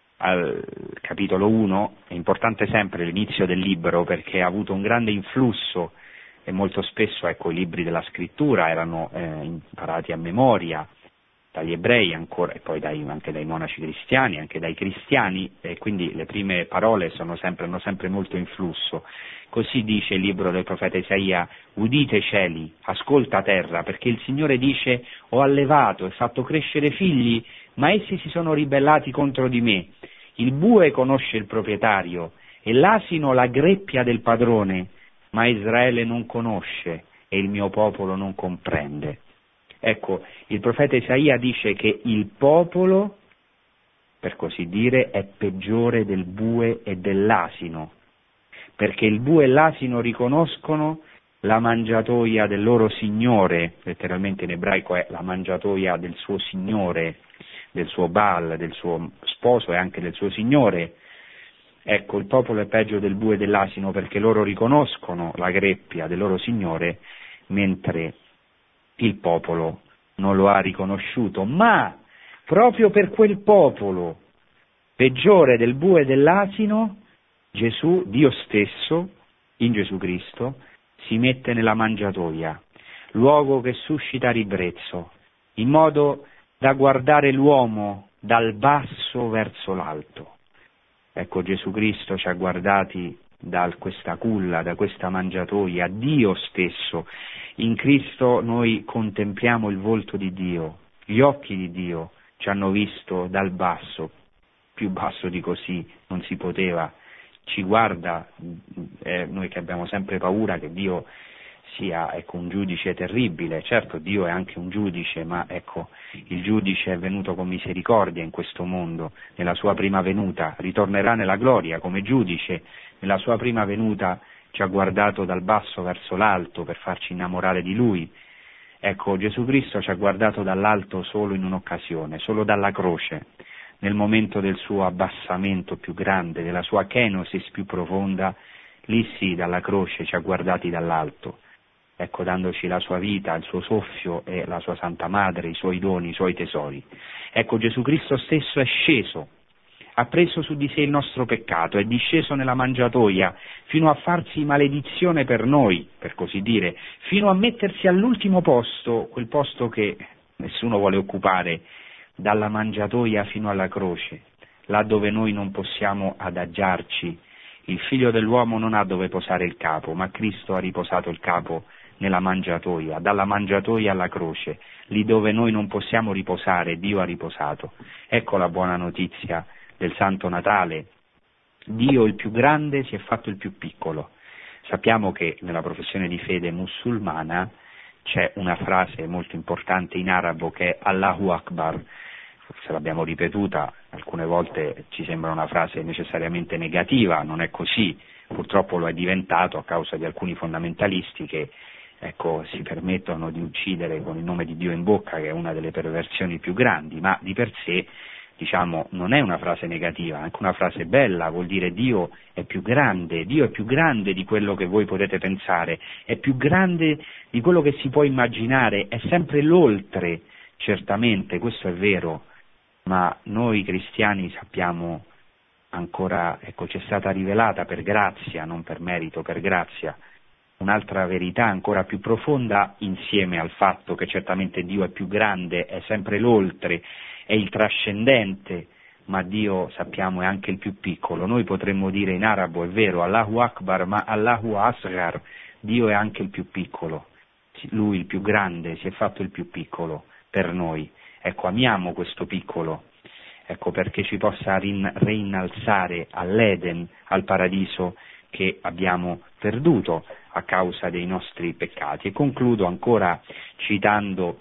al capitolo uno, è importante sempre l'inizio del libro perché ha avuto un grande influsso e molto spesso, ecco, i libri della scrittura erano eh, imparati a memoria dagli ebrei ancora, e poi dai, anche dai monaci cristiani, anche dai cristiani, e quindi le prime parole sono sempre, hanno sempre molto influsso. Così dice il libro del profeta Isaia: udite cieli, ascolta terra, perché il Signore dice: ho allevato e fatto crescere figli, ma essi si sono ribellati contro di me. Il bue conosce il proprietario e l'asino la greppia del padrone, ma Israele non conosce e il mio popolo non comprende. Ecco, il profeta Isaia dice che il popolo, per così dire, è peggiore del bue e dell'asino, perché il bue e l'asino riconoscono la mangiatoia del loro Signore, letteralmente in ebraico è la mangiatoia del suo Signore, del suo Baal, del suo sposo e anche del suo Signore. Ecco, il popolo è peggio del bue e dell'asino perché loro riconoscono la greppia del loro Signore, mentre il popolo non lo ha riconosciuto. Ma proprio per quel popolo peggiore del bue e dell'asino, Gesù, Dio stesso, in Gesù Cristo, si mette nella mangiatoia, luogo che suscita ribrezzo, in modo da guardare l'uomo dal basso verso l'alto. Ecco, Gesù Cristo ci ha guardati da questa culla, da questa mangiatoia, Dio stesso. In Cristo noi contempliamo il volto di Dio, gli occhi di Dio ci hanno visto dal basso, più basso di così non si poteva. Ci guarda, eh, noi che abbiamo sempre paura che Dio sia ecco, un giudice terribile. Certo, Dio è anche un giudice, ma ecco, il giudice è venuto con misericordia in questo mondo, nella sua prima venuta, ritornerà nella gloria come giudice, nella sua prima venuta ci ha guardato dal basso verso l'alto per farci innamorare di Lui. Ecco, Gesù Cristo ci ha guardato dall'alto solo in un'occasione, solo dalla croce, nel momento del suo abbassamento più grande, della sua kenosis più profonda, lì sì, dalla croce ci ha guardati dall'alto, ecco, dandoci la sua vita, il suo soffio e la sua Santa Madre, i suoi doni, i suoi tesori. Ecco, Gesù Cristo stesso è sceso, ha preso su di sé il nostro peccato, è disceso nella mangiatoia, fino a farsi maledizione per noi, per così dire, fino a mettersi all'ultimo posto, quel posto che nessuno vuole occupare, dalla mangiatoia fino alla croce, là dove noi non possiamo adagiarci. Il Figlio dell'uomo non ha dove posare il capo, ma Cristo ha riposato il capo nella mangiatoia, dalla mangiatoia alla croce, lì dove noi non possiamo riposare, Dio ha riposato. Ecco la buona notizia del Santo Natale. Dio, il più grande, si è fatto il più piccolo. Sappiamo che nella professione di fede musulmana c'è una frase molto importante in arabo che è Allahu Akbar. Se l'abbiamo ripetuta, alcune volte ci sembra una frase necessariamente negativa, non è così, purtroppo lo è diventato a causa di alcuni fondamentalisti che ecco, si permettono di uccidere con il nome di Dio in bocca, che è una delle perversioni più grandi, ma di per sé diciamo non è una frase negativa, è anche una frase bella, vuol dire Dio è più grande, Dio è più grande di quello che voi potete pensare, è più grande di quello che si può immaginare, è sempre l'oltre, certamente, questo è vero, ma noi cristiani sappiamo ancora, ecco, ci è stata rivelata per grazia, non per merito, per grazia, un'altra verità ancora più profonda insieme al fatto che certamente Dio è più grande, è sempre l'oltre, è il trascendente, ma Dio sappiamo è anche il più piccolo. Noi potremmo dire in arabo, è vero, Allahu Akbar, ma Allahu Asghar, Dio è anche il più piccolo, Lui il più grande si è fatto il più piccolo per noi. Ecco, amiamo questo piccolo, ecco, perché ci possa rin- reinnalzare all'Eden, al paradiso che abbiamo perduto a causa dei nostri peccati. E concludo ancora citando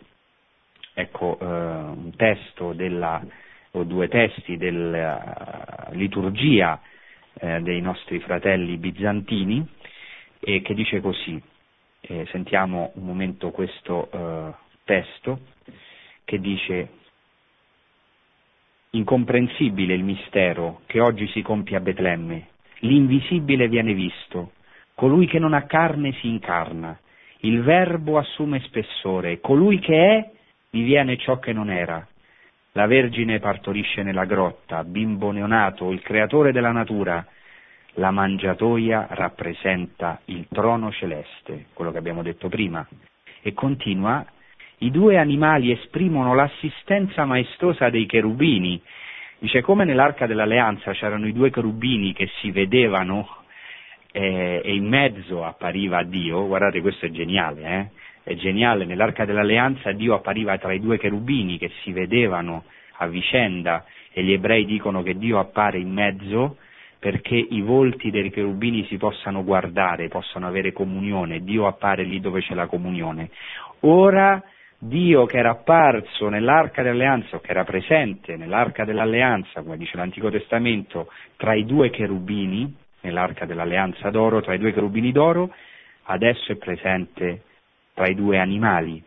ecco, eh, un testo della, o due testi della liturgia eh, dei nostri fratelli bizantini, e che dice così, eh, sentiamo un momento questo eh, testo, che dice: incomprensibile il mistero che oggi si compie a Betlemme, l'invisibile viene visto, colui che non ha carne si incarna, il Verbo assume spessore, colui che è diviene ciò che non era. La Vergine partorisce nella grotta, bimbo neonato, il creatore della natura. La mangiatoia rappresenta il trono celeste, quello che abbiamo detto prima. E continua: i due animali esprimono l'assistenza maestosa dei cherubini. Dice, come nell'Arca dell'Alleanza c'erano i due cherubini che si vedevano eh, e in mezzo appariva Dio, guardate, questo è geniale, eh? È geniale, nell'Arca dell'Alleanza Dio appariva tra i due cherubini che si vedevano a vicenda, e gli ebrei dicono che Dio appare in mezzo perché i volti dei cherubini si possano guardare, possano avere comunione. Dio appare lì dove c'è la comunione. Ora Dio che era apparso nell'arca dell'alleanza, o che era presente nell'arca dell'alleanza, come dice l'Antico Testamento, tra i due cherubini, nell'arca dell'alleanza d'oro, tra i due cherubini d'oro, adesso è presente tra i due animali.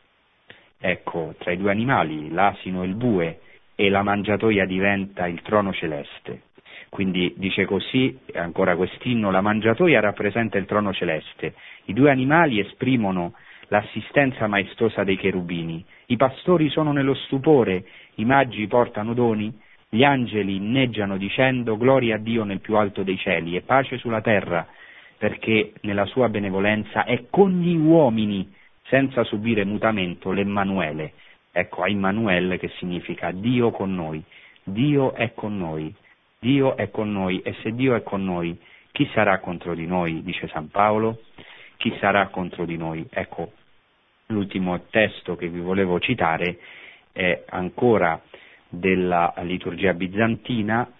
Ecco, tra i due animali, l'asino e il bue, e la mangiatoia diventa il trono celeste. Quindi dice così, ancora quest'inno, la mangiatoia rappresenta il trono celeste, i due animali esprimono l'assistenza maestosa dei cherubini, i pastori sono nello stupore, i magi portano doni, gli angeli inneggiano dicendo gloria a Dio nel più alto dei cieli e pace sulla terra, perché nella sua benevolenza è con gli uomini, senza subire mutamento, l'Emmanuele. Ecco, Immanuel, che significa Dio con noi. Dio è con noi, Dio è con noi, e se Dio è con noi, chi sarà contro di noi, dice San Paolo? Chi sarà contro di noi? Ecco, l'ultimo testo che vi volevo citare è ancora della liturgia bizantina,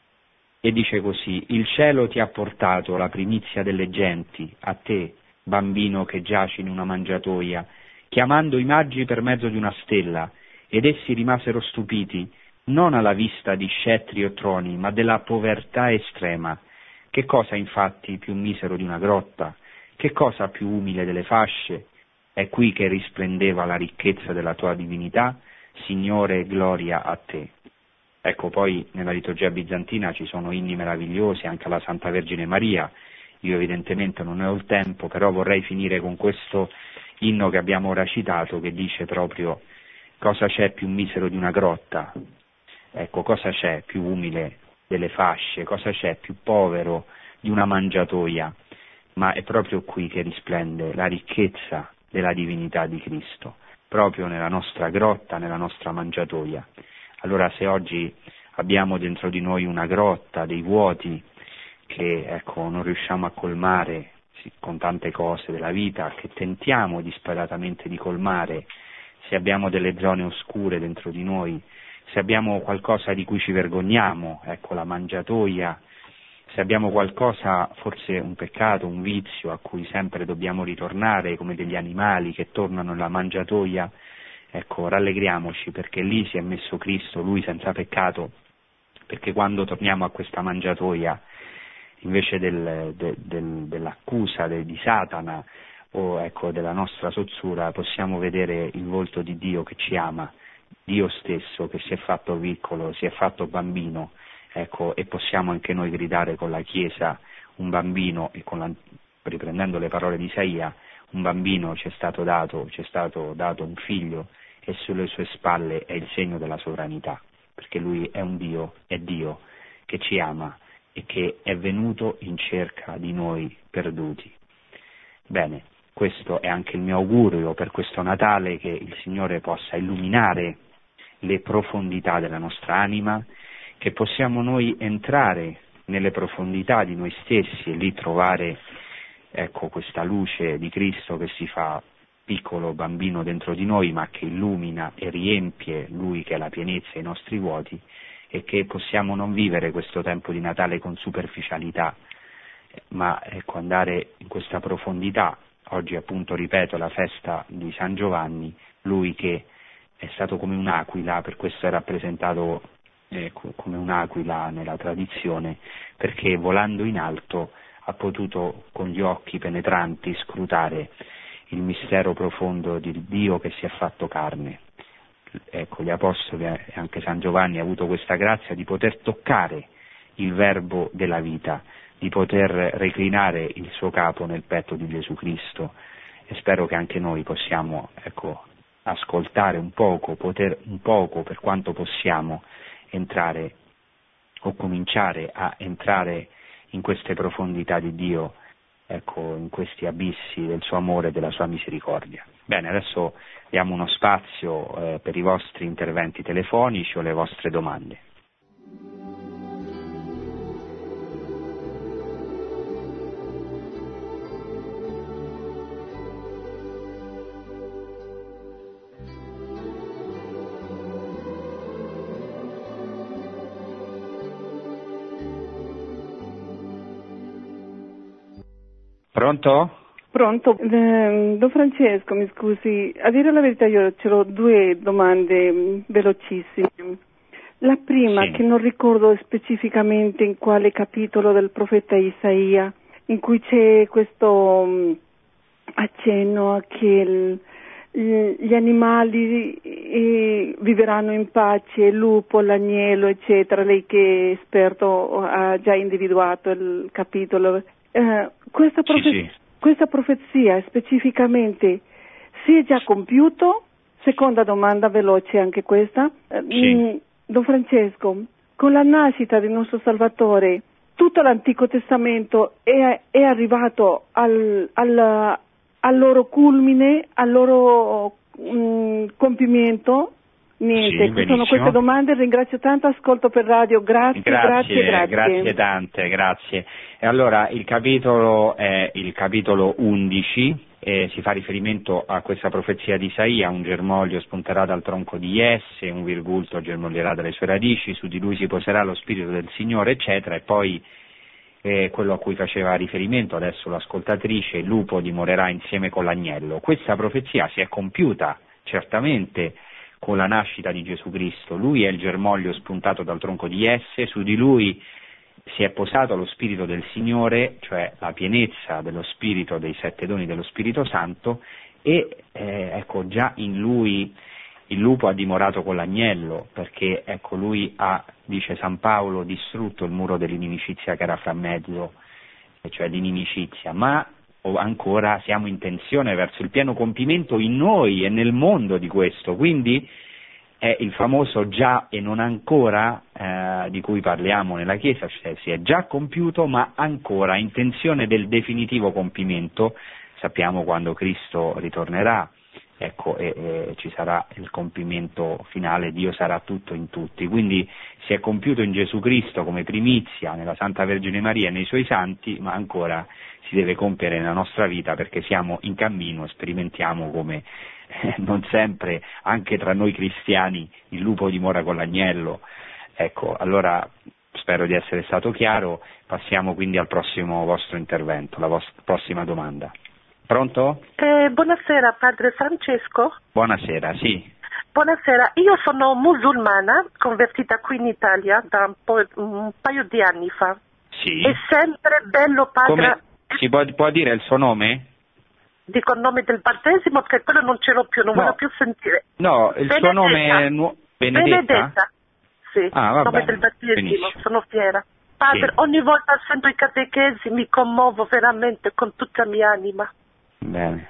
e dice così: il cielo ti ha portato la primizia delle genti, a te, bambino che giaci in una mangiatoia, chiamando i magi per mezzo di una stella, ed essi rimasero stupiti, non alla vista di scettri o troni, ma della povertà estrema. Che cosa infatti più misero di una grotta? Che cosa più umile delle fasce? È qui che risplendeva la ricchezza della tua divinità, Signore, gloria a te. Ecco, poi nella liturgia bizantina ci sono inni meravigliosi anche alla Santa Vergine Maria. Io evidentemente non ne ho il tempo, però vorrei finire con questo inno che abbiamo ora citato, che dice proprio: cosa c'è più misero di una grotta? Ecco, cosa c'è più umile delle fasce? Cosa c'è più povero di una mangiatoia? Ma è proprio qui che risplende la ricchezza della divinità di Cristo, proprio nella nostra grotta, nella nostra mangiatoia. Allora, se oggi abbiamo dentro di noi una grotta, dei vuoti che ecco, non riusciamo a colmare sì, con tante cose della vita, che tentiamo disperatamente di colmare, se abbiamo delle zone oscure dentro di noi, se abbiamo qualcosa di cui ci vergogniamo, ecco la mangiatoia, se abbiamo qualcosa, forse un peccato, un vizio a cui sempre dobbiamo ritornare come degli animali che tornano nella mangiatoia, ecco, rallegriamoci perché lì si è messo Cristo, Lui senza peccato, perché quando torniamo a questa mangiatoia, invece del, de, del, dell'accusa de, di Satana o ecco, della nostra sozzura, possiamo vedere il volto di Dio che ci ama, Dio stesso che si è fatto piccolo, si è fatto bambino, ecco, e possiamo anche noi gridare con la Chiesa: un bambino, e con la, riprendendo le parole di Isaia, un bambino ci è stato dato, ci è stato dato un figlio, e sulle sue spalle è il segno della sovranità, perché Lui è un Dio, è Dio che ci ama e che è venuto in cerca di noi perduti. Bene, questo è anche il mio augurio per questo Natale, che il Signore possa illuminare le profondità della nostra anima, che possiamo noi entrare nelle profondità di noi stessi e lì trovare ecco, questa luce di Cristo che si fa piccolo bambino dentro di noi, ma che illumina e riempie Lui che è la pienezza e i nostri vuoti, e che possiamo non vivere questo tempo di Natale con superficialità, ma ecco, andare in questa profondità. Oggi appunto, ripeto, la festa di San Giovanni, Lui che è stato come un'aquila, per questo è rappresentato eh, come un'aquila nella tradizione, perché volando in alto ha potuto con gli occhi penetranti scrutare il mistero profondo di Dio che si è fatto carne. Ecco, gli Apostoli e anche San Giovanni ha avuto questa grazia di poter toccare il verbo della vita, di poter reclinare il suo capo nel petto di Gesù Cristo, e spero che anche noi possiamo ecco, ascoltare un poco, poter un poco, per quanto possiamo, entrare o cominciare a entrare in queste profondità di Dio, ecco, in questi abissi del suo amore e della sua misericordia. Bene, adesso diamo uno spazio eh, per i vostri interventi telefonici o le vostre domande. Pronto? Pronto? Eh, Don Francesco, mi scusi, a dire la verità io c'ho due domande mh, velocissime. La prima, Sì. che non ricordo specificamente in quale capitolo del profeta Isaia, in cui c'è questo mh, accenno a che il, gli gli animali eh, viveranno in pace, il lupo, l'agnello, eccetera. Lei che è esperto ha già individuato il capitolo. Eh, questa, profe- Sì, sì. questa profezia specificamente si è già compiuto? Seconda domanda veloce anche questa. Eh, Sì. mh, Don Francesco, con la nascita del nostro Salvatore, tutto l'Antico Testamento è, è arrivato al, al, al loro culmine, al loro mh, compimento? Niente, Sì, sono queste domande, ringrazio tanto, ascolto per radio, grazie, Grazie, grazie, grazie. grazie tante, grazie. E allora il capitolo è il capitolo undici, e si fa riferimento a questa profezia di Isaia: un germoglio spunterà dal tronco di Jesse, un virgulto germoglierà dalle sue radici, su di lui si poserà lo spirito del Signore, eccetera, e poi eh, quello a cui faceva riferimento adesso l'ascoltatrice: il lupo dimorerà insieme con l'agnello. Questa profezia si è compiuta certamente con la nascita di Gesù Cristo. Lui è il germoglio spuntato dal tronco di Jesse, su di lui si è posato lo Spirito del Signore, cioè la pienezza dello Spirito, dei sette doni dello Spirito Santo, e eh, ecco, già in lui il lupo ha dimorato con l'agnello, perché ecco, lui ha, dice San Paolo, distrutto il muro dell'inimicizia che era fra mezzo, cioè l'inimicizia, ma o ancora siamo in tensione verso il pieno compimento in noi e nel mondo di questo, quindi è il famoso già e non ancora eh, di cui parliamo nella Chiesa, cioè si è già compiuto ma ancora in tensione del definitivo compimento. Sappiamo quando Cristo ritornerà, ecco, e, e ci sarà il compimento finale, Dio sarà tutto in tutti, quindi si è compiuto in Gesù Cristo come primizia, nella Santa Vergine Maria e nei Suoi santi, ma ancora si deve compiere nella nostra vita, perché siamo in cammino, sperimentiamo come eh, non sempre, anche tra noi cristiani, il lupo dimora con l'agnello. Ecco, allora spero di essere stato chiaro, passiamo quindi al prossimo vostro intervento, la vostra prossima domanda. Pronto? Eh, buonasera padre Francesco. Buonasera, sì. Buonasera, io sono musulmana, convertita qui in Italia da un, po', un paio di anni fa. Sì. È sempre bello padre... Come? Si può, può dire il suo nome? Dico il nome del battesimo perché quello non ce l'ho più, non No. voglio più sentire. No, il Benedetta. suo nome è nu- Benedetta? Benedetta, sì, Ah, va nome bene, del battesimo, benissimo. sono fiera. Padre, Sì. ogni volta sento i catechesi mi commuovo veramente con tutta mia anima. Bene,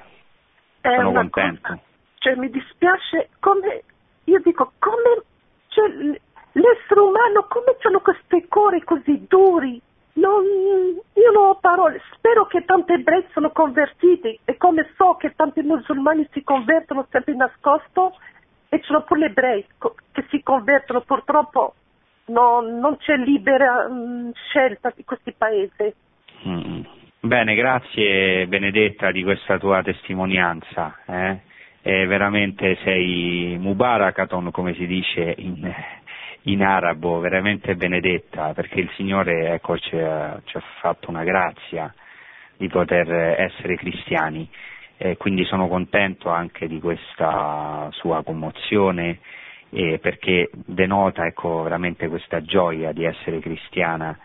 È sono una contento. cosa, cioè mi dispiace come, io dico, come, cioè, l- l'essere umano, come hanno questi cuori così duri? Non, io non ho parole, spero che tanti ebrei sono convertiti, e come so che tanti musulmani si convertono sempre nascosto, e ci sono pure gli ebrei co- che si convertono, purtroppo no, non c'è libera mh, scelta di questi paesi. Mm. Bene, grazie Benedetta di questa tua testimonianza, eh? E veramente sei Mubarakaton, come si dice in, in arabo, veramente benedetta, perché il Signore, ecco, ci ha, ci ha fatto una grazia di poter essere cristiani, e quindi sono contento anche di questa sua commozione, eh, perché denota, ecco, veramente questa gioia di essere cristiana.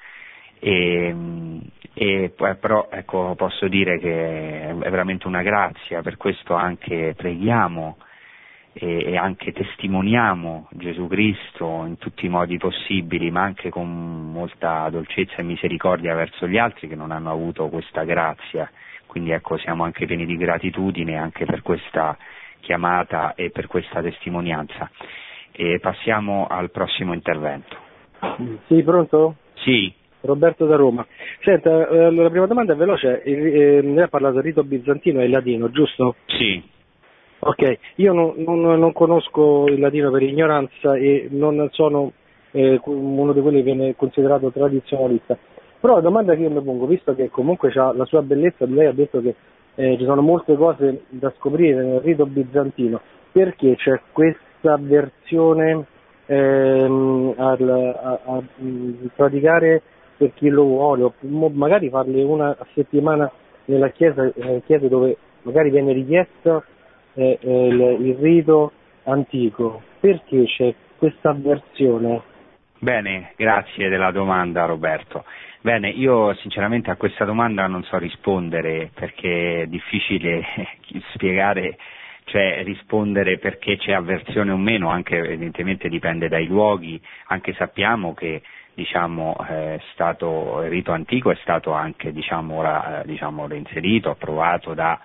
E, e però ecco, posso dire che è veramente una grazia, per questo anche preghiamo e, e anche testimoniamo Gesù Cristo in tutti i modi possibili, ma anche con molta dolcezza e misericordia verso gli altri che non hanno avuto questa grazia. Quindi ecco, siamo anche pieni di gratitudine anche per questa chiamata e per questa testimonianza. E passiamo al prossimo intervento. Sì, pronto? Sì. Roberto da Roma. Senta, eh, la prima domanda è veloce. Il, eh, lei ha parlato del rito bizantino e il latino, giusto? Sì. Ok, io non, non, non conosco il latino per ignoranza e non sono eh, uno di quelli che viene considerato tradizionalista. Però la domanda che io mi pongo, visto che comunque ha la sua bellezza, lei ha detto che eh, ci sono molte cose da scoprire nel rito bizantino, perché c'è questa avversione ehm, al, a, a, a praticare per chi lo vuole, o magari farle una a settimana nella chiesa, eh, chiese dove magari viene richiesto eh, eh, il, il rito antico, perché c'è questa avversione? Bene, grazie della domanda Roberto. Bene, io sinceramente a questa domanda non so rispondere perché è difficile spiegare, cioè rispondere perché c'è avversione o meno, anche evidentemente dipende dai luoghi, anche sappiamo che diciamo è stato il rito antico è stato anche diciamo, ora, diciamo reinserito, approvato da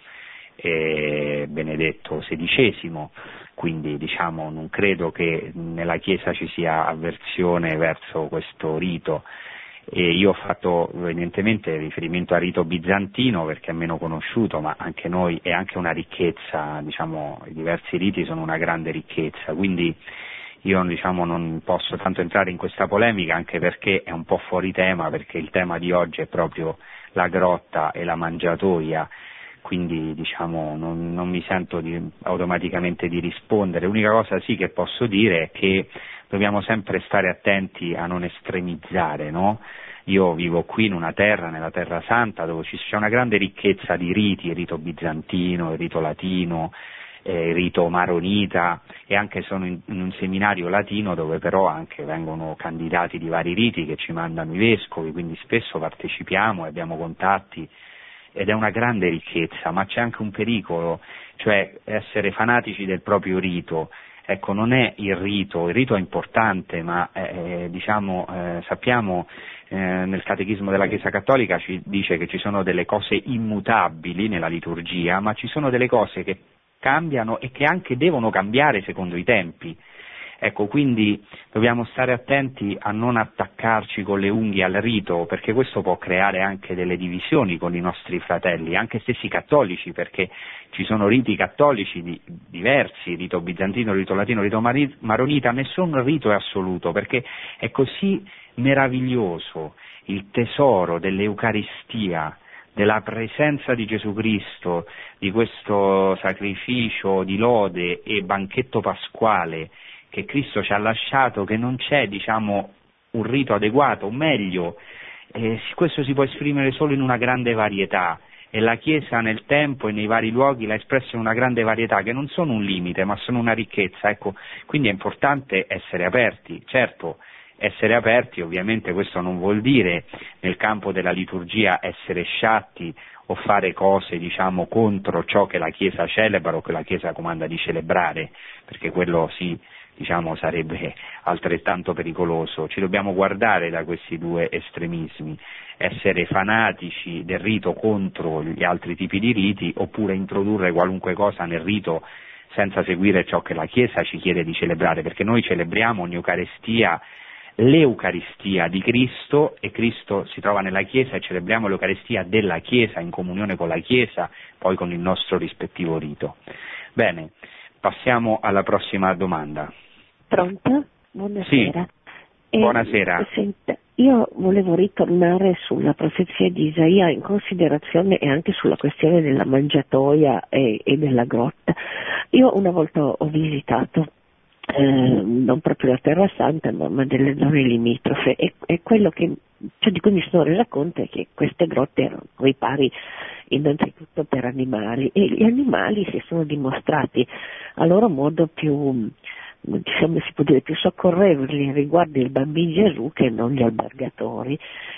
eh, Benedetto sedicesimo, quindi diciamo non credo che nella Chiesa ci sia avversione verso questo rito. E io ho fatto evidentemente riferimento al rito bizantino perché è meno conosciuto, ma anche noi è anche una ricchezza, diciamo i diversi riti sono una grande ricchezza, quindi io diciamo non posso tanto entrare in questa polemica anche perché è un po' fuori tema, perché il tema di oggi è proprio la grotta e la mangiatoia, quindi diciamo non, non mi sento di, automaticamente di rispondere. L'unica cosa sì che posso dire è che dobbiamo sempre stare attenti a non estremizzare, no? Io vivo qui in una terra, nella Terra Santa, dove c'è una grande ricchezza di riti, il rito bizantino, il rito latino, eh, il rito maronita, e anche sono in, in un seminario latino dove però anche vengono candidati di vari riti che ci mandano i vescovi, quindi spesso partecipiamo e abbiamo contatti, ed è una grande ricchezza, ma c'è anche un pericolo, cioè essere fanatici del proprio rito. Ecco, non è il rito, il rito è importante, ma eh, diciamo eh, sappiamo eh, nel Catechismo della Chiesa Cattolica ci dice che ci sono delle cose immutabili nella liturgia, ma ci sono delle cose che cambiano e che anche devono cambiare secondo i tempi. Ecco, quindi dobbiamo stare attenti a non attaccarci con le unghie al rito, perché questo può creare anche delle divisioni con i nostri fratelli, anche stessi cattolici, perché ci sono riti cattolici di, diversi, rito bizantino, rito latino, rito maronita, nessun rito è assoluto, perché è così meraviglioso il tesoro dell'Eucaristia, della presenza di Gesù Cristo, di questo sacrificio di lode e banchetto pasquale che Cristo ci ha lasciato, che non c'è diciamo un rito adeguato, o meglio, eh, questo si può esprimere solo in una grande varietà, e la Chiesa nel tempo e nei vari luoghi l'ha espresso in una grande varietà, che non sono un limite ma sono una ricchezza, ecco, quindi è importante essere aperti, certo. Essere aperti ovviamente questo non vuol dire nel campo della liturgia essere sciatti o fare cose diciamo contro ciò che la Chiesa celebra o che la Chiesa comanda di celebrare, perché quello sì diciamo sarebbe altrettanto pericoloso. Ci dobbiamo guardare da questi due estremismi, essere fanatici del rito contro gli altri tipi di riti, oppure introdurre qualunque cosa nel rito senza seguire ciò che la Chiesa ci chiede di celebrare, perché noi celebriamo ogni Eucaristia, l'Eucaristia di Cristo, e Cristo si trova nella Chiesa e celebriamo l'Eucaristia della Chiesa in comunione con la Chiesa, poi con il nostro rispettivo rito. Bene, passiamo alla prossima domanda. Pronto? Buonasera. Sì. Buonasera. Eh, senta, io volevo ritornare sulla profezia di Isaia in considerazione e anche sulla questione della mangiatoia e, e della grotta. Io una volta ho visitato Eh, non proprio la Terra Santa ma, ma delle zone limitrofe, e, e quello che, cioè, di cui mi sono resa conto è che queste grotte erano ripari innanzitutto per animali, e gli animali si sono dimostrati a loro modo più, diciamo, si può dire, più soccorrevoli riguardo il bambino Gesù che non gli albergatori.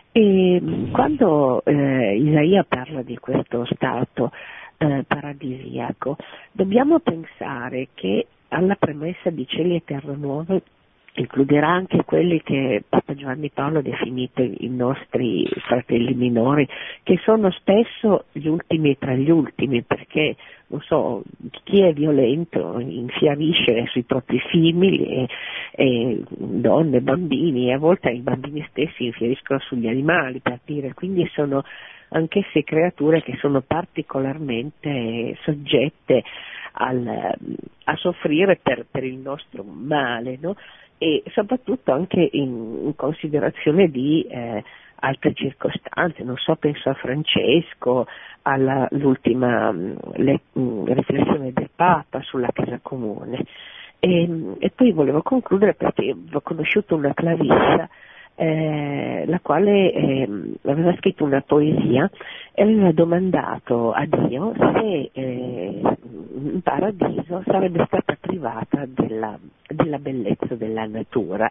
E quando eh, Isaia parla di questo stato eh, paradisiaco, dobbiamo pensare che alla premessa di cieli e terra nuove includerà anche quelli che Papa Giovanni Paolo ha definito i nostri fratelli minori, che sono spesso gli ultimi tra gli ultimi, perché non so, chi è violento infiarisce sui propri simili, e, e donne, bambini, e a volte i bambini stessi infieriscono sugli animali, per dire, quindi sono anch'esse creature che sono particolarmente soggette al, a soffrire per, per il nostro male, no? E soprattutto anche in, in considerazione di eh, altre circostanze, non so, penso a Francesco, all'ultima le, riflessione del Papa sulla casa comune. E, e poi volevo concludere perché ho conosciuto una clavista eh, la quale eh, aveva scritto una poesia e aveva domandato a Dio se eh, in paradiso sarebbe stata privata della, della bellezza della natura.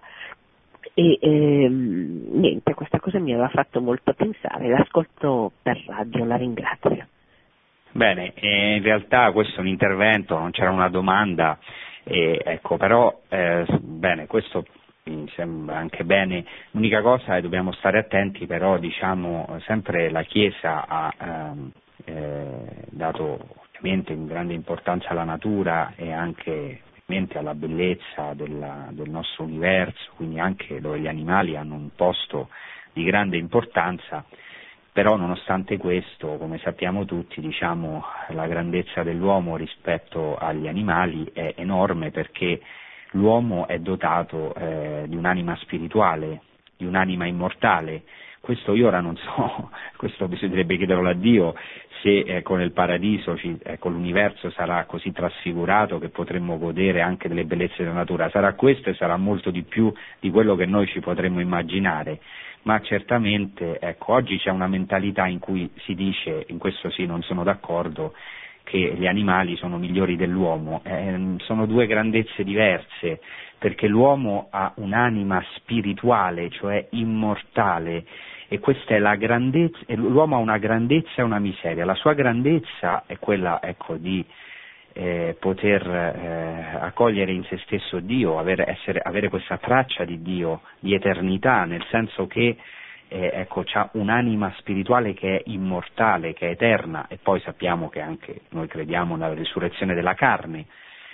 E ehm, niente, questa cosa mi aveva fatto molto pensare, l'ascolto per radio, la ringrazio. Bene, eh, in realtà questo è un intervento, non c'era una domanda, eh, ecco, però eh, bene, questo mi sembra anche bene. L'unica cosa è che dobbiamo stare attenti, però diciamo sempre la Chiesa ha ehm, eh, dato ovviamente grande importanza alla natura e anche ovviamente alla bellezza della, del nostro universo, quindi anche dove gli animali hanno un posto di grande importanza. Però nonostante questo, come sappiamo tutti, diciamo, la grandezza dell'uomo rispetto agli animali è enorme, perché l'uomo è dotato eh, di un'anima spirituale, di un'anima immortale. Questo io ora non so, questo bisognerebbe chiederlo a Dio, se ecco, nel paradiso ci, ecco, l'universo sarà così trasfigurato che potremmo godere anche delle bellezze della natura. Sarà questo e sarà molto di più di quello che noi ci potremmo immaginare. Ma certamente, ecco, oggi c'è una mentalità in cui si dice, in questo sì non sono d'accordo, che gli animali sono migliori dell'uomo. Eh, sono due grandezze diverse, perché l'uomo ha un'anima spirituale, cioè immortale, e questa è la grandezza, l'uomo ha una grandezza e una miseria. La sua grandezza è quella, ecco, di Eh, poter eh, accogliere in se stesso Dio, avere, essere, avere questa traccia di Dio, di eternità, nel senso che eh, ecco, c'ha un'anima spirituale che è immortale, che è eterna, e poi sappiamo che anche noi crediamo nella risurrezione della carne.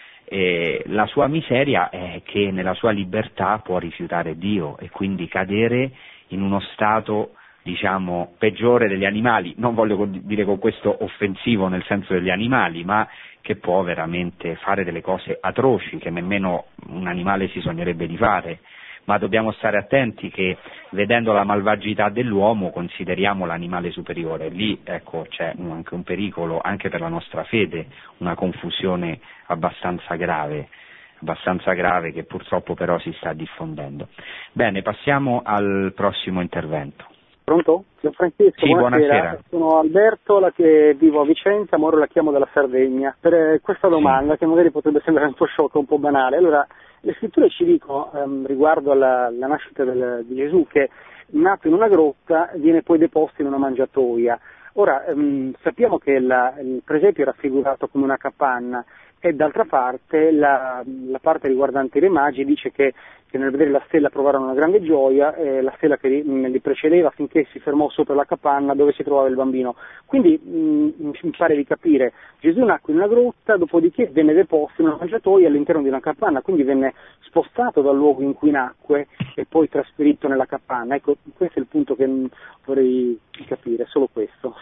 Eh, la sua miseria è che nella sua libertà può rifiutare Dio e quindi cadere in uno stato, diciamo, peggiore degli animali. Non voglio dire con questo offensivo nel senso degli animali, ma che può veramente fare delle cose atroci che nemmeno un animale si sognerebbe di fare. Ma dobbiamo stare attenti che, vedendo la malvagità dell'uomo, consideriamo l'animale superiore. Lì, ecco, c'è anche un pericolo, anche per la nostra fede, una confusione abbastanza grave, abbastanza grave che purtroppo però si sta diffondendo. Bene, passiamo al prossimo intervento. Pronto? Signor Francesco, sì, buonasera. buonasera. Sono Alberto, la che vivo a Vicenza, ma ora la chiamo dalla Sardegna. Per eh, questa domanda, sì, che magari potrebbe sembrare un po' sciocca, un po' banale. Allora, le scritture ci dicono, ehm, riguardo alla, alla nascita del, di Gesù, che nato in una grotta viene poi deposto in una mangiatoia. Ora, ehm, sappiamo che la, il presepio è raffigurato come una capanna, e d'altra parte la, la parte riguardante i re magi dice che, che nel vedere la stella provarono una grande gioia, eh, la stella che li, li precedeva finché si fermò sopra la capanna dove si trovava il bambino. Quindi mh, mi pare di capire, Gesù nacque in una grotta, dopodiché venne deposto in una mangiatoia all'interno di una capanna, quindi venne spostato dal luogo in cui nacque e poi trasferito nella capanna. Ecco, questo è il punto che vorrei capire, solo questo.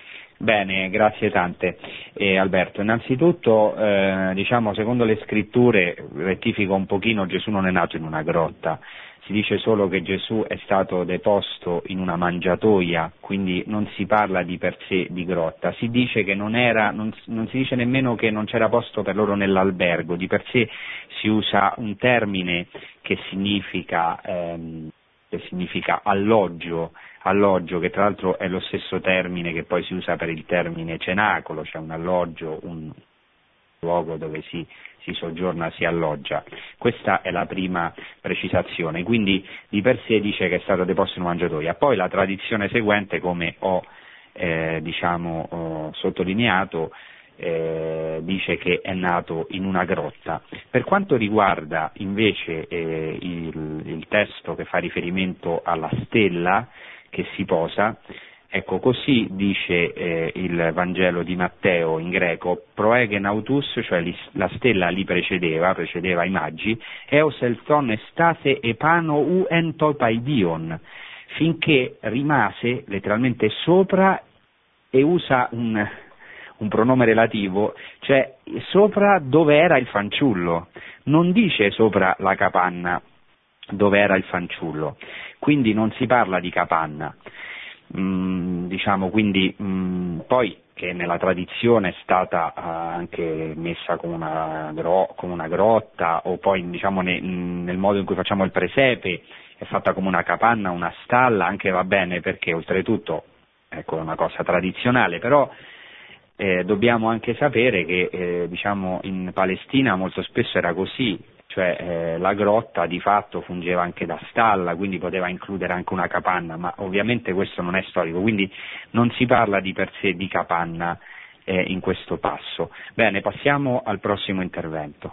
Bene, grazie tante eh, Alberto. Innanzitutto, eh, diciamo, secondo le scritture, rettifico un pochino, Gesù non è nato in una grotta, si dice solo che Gesù è stato deposto in una mangiatoia, quindi non si parla di per sé di grotta, si dice che non era, non, non si dice nemmeno che non c'era posto per loro nell'albergo, di per sé si usa un termine che significa, ehm, che significa alloggio, alloggio, che tra l'altro è lo stesso termine che poi si usa per il termine cenacolo, cioè un alloggio, un luogo dove si, si soggiorna, si alloggia. Questa è la prima precisazione, quindi di per sé dice che è stato deposto in una mangiatoia. Poi la tradizione seguente, come ho eh, diciamo ho sottolineato, eh, dice che è nato in una grotta. Per quanto riguarda invece eh, il, il testo che fa riferimento alla stella che si posa, ecco, così dice eh, il Vangelo di Matteo in greco: proegen autus, cioè li, la stella li precedeva, precedeva i magi, eos elton estase epano uen topaidion, finché rimase letteralmente sopra, e usa un, un pronome relativo, cioè sopra dove era il fanciullo, non dice sopra la capanna dove era il fanciullo, quindi non si parla di capanna. Mm, diciamo quindi mm, poi che nella tradizione è stata uh, anche messa come una, gro- come una grotta, o poi diciamo ne- nel modo in cui facciamo il presepe è fatta come una capanna, una stalla, anche va bene perché oltretutto ecco, è una cosa tradizionale, però eh, dobbiamo anche sapere che eh, diciamo in Palestina molto spesso era così, cioè eh, la grotta di fatto fungeva anche da stalla, quindi poteva includere anche una capanna, ma ovviamente questo non è storico, quindi non si parla di per sé di capanna eh, in questo passo. Bene, passiamo al prossimo intervento.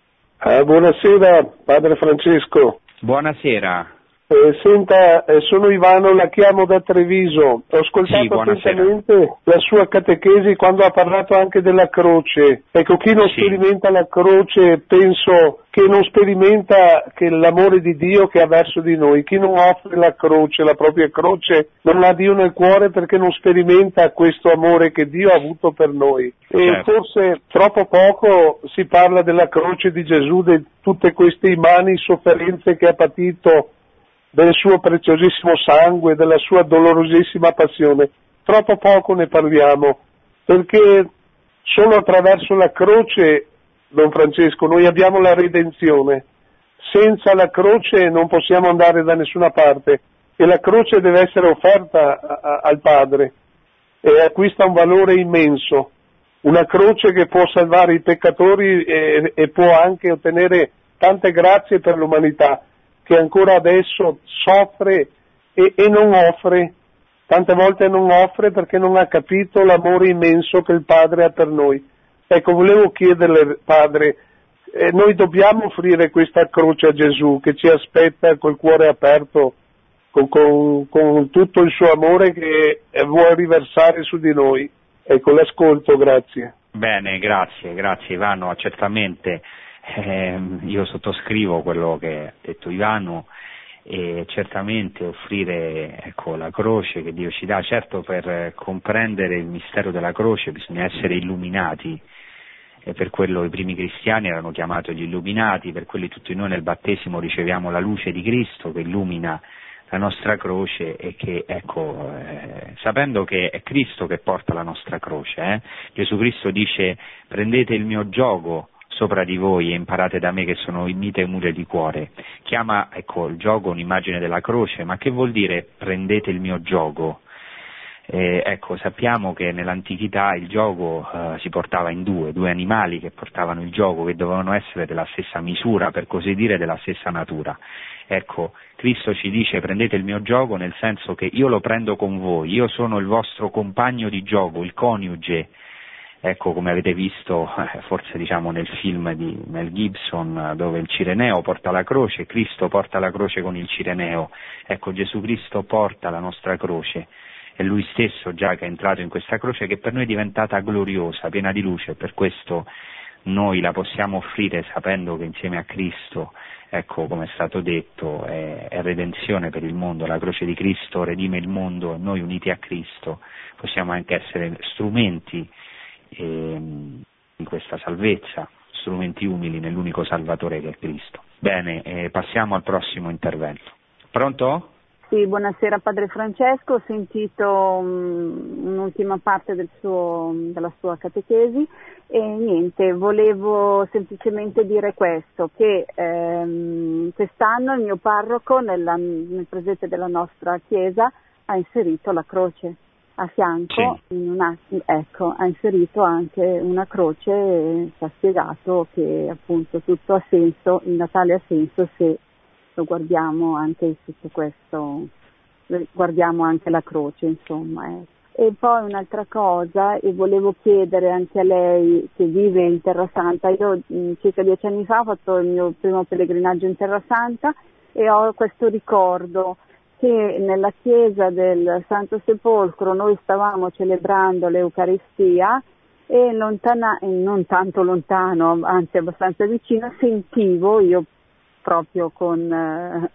Ah, buonasera padre Francesco. Buonasera. Eh, senta, eh, sono Ivano, la chiamo da Treviso. Ho ascoltato Sì, attentamente la sua catechesi quando ha parlato anche della croce. Ecco, chi non Sì. sperimenta la croce penso che non sperimenta che l'amore di Dio che ha verso di noi. Chi non offre la croce, la propria croce, non ha Dio nel cuore perché non sperimenta questo amore che Dio ha avuto per noi. E Certo. forse troppo poco si parla della croce di Gesù, di tutte queste immani sofferenze che ha patito, del suo preziosissimo sangue, della sua dolorosissima passione. Troppo poco ne parliamo, perché solo attraverso la croce, Don Francesco, noi abbiamo la redenzione. Senza la croce non possiamo andare da nessuna parte e la croce deve essere offerta a, a, al Padre e acquista un valore immenso. Una croce che può salvare i peccatori e, e può anche ottenere tante grazie per l'umanità, che ancora adesso soffre e, e non offre, tante volte non offre perché non ha capito l'amore immenso che il Padre ha per noi. Ecco, volevo chiederle, Padre, eh, noi dobbiamo offrire questa croce a Gesù che ci aspetta col cuore aperto, con, con, con tutto il suo amore che vuole riversare su di noi. Ecco, l'ascolto, grazie. Bene, grazie, grazie Ivano, certamente. Eh, io sottoscrivo quello che ha detto Ivano e certamente offrire ecco, la croce che Dio ci dà, certo per comprendere il mistero della croce bisogna essere illuminati e per quello i primi cristiani erano chiamati gli illuminati, per quelli tutti noi nel battesimo riceviamo la luce di Cristo che illumina la nostra croce e che ecco eh, sapendo che è Cristo che porta la nostra croce, eh? Gesù Cristo dice prendete il mio giogo sopra di voi e imparate da me che sono mite e umile di cuore. Chiama ecco il giogo un'immagine della croce, ma che vuol dire prendete il mio giogo? Eh, ecco, sappiamo che nell'antichità il giogo eh, si portava in due, due animali che portavano il giogo, che dovevano essere della stessa misura, per così dire, della stessa natura. Ecco, Cristo ci dice prendete il mio giogo nel senso che io lo prendo con voi, io sono il vostro compagno di giogo, il coniuge. Ecco, come avete visto, eh, forse diciamo nel film di Mel Gibson, dove il Cireneo porta la croce, Cristo porta la croce con il Cireneo. Ecco, Gesù Cristo porta la nostra croce, è Lui stesso già che è entrato in questa croce che per noi è diventata gloriosa, piena di luce, per questo noi la possiamo offrire sapendo che insieme a Cristo, ecco, come è stato detto, è, è redenzione per il mondo, la croce di Cristo redime il mondo e noi uniti a Cristo possiamo anche essere strumenti in questa salvezza, strumenti umili nell'unico Salvatore che è Cristo. Bene, eh, passiamo al prossimo intervento. Pronto? Sì, buonasera Padre Francesco, ho sentito um, un'ultima parte del suo, della sua catechesi e niente, volevo semplicemente dire questo, che ehm, quest'anno il mio parroco nella, nel presente della nostra chiesa ha inserito la croce. A fianco, sì. in una, ecco, ha inserito anche una croce e ci ha spiegato che appunto tutto ha senso, il Natale ha senso se lo guardiamo anche sotto questo, guardiamo anche la croce, insomma. Eh. E poi un'altra cosa, e volevo chiedere anche a lei che vive in Terra Santa, io mh, circa dieci anni fa ho fatto il mio primo pellegrinaggio in Terra Santa e ho questo ricordo che nella chiesa del Santo Sepolcro noi stavamo celebrando l'Eucaristia e lontana, non tanto lontano, anzi abbastanza vicino, sentivo io proprio con eh,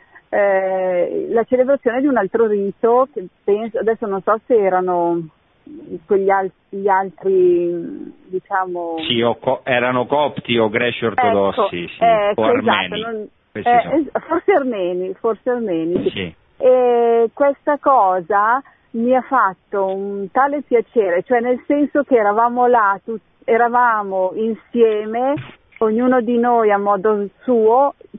eh, la celebrazione di un altro rito che penso, adesso non so se erano quegli al- gli altri, diciamo... Sì, o co- erano copti o greci ortodossi, ecco, sì, ecco, o armeni. Esatto, non, eh, forse armeni, forse armeni. Sì. E questa cosa mi ha fatto un tale piacere, cioè nel senso che eravamo là, tu- eravamo insieme, ognuno di noi a modo suo,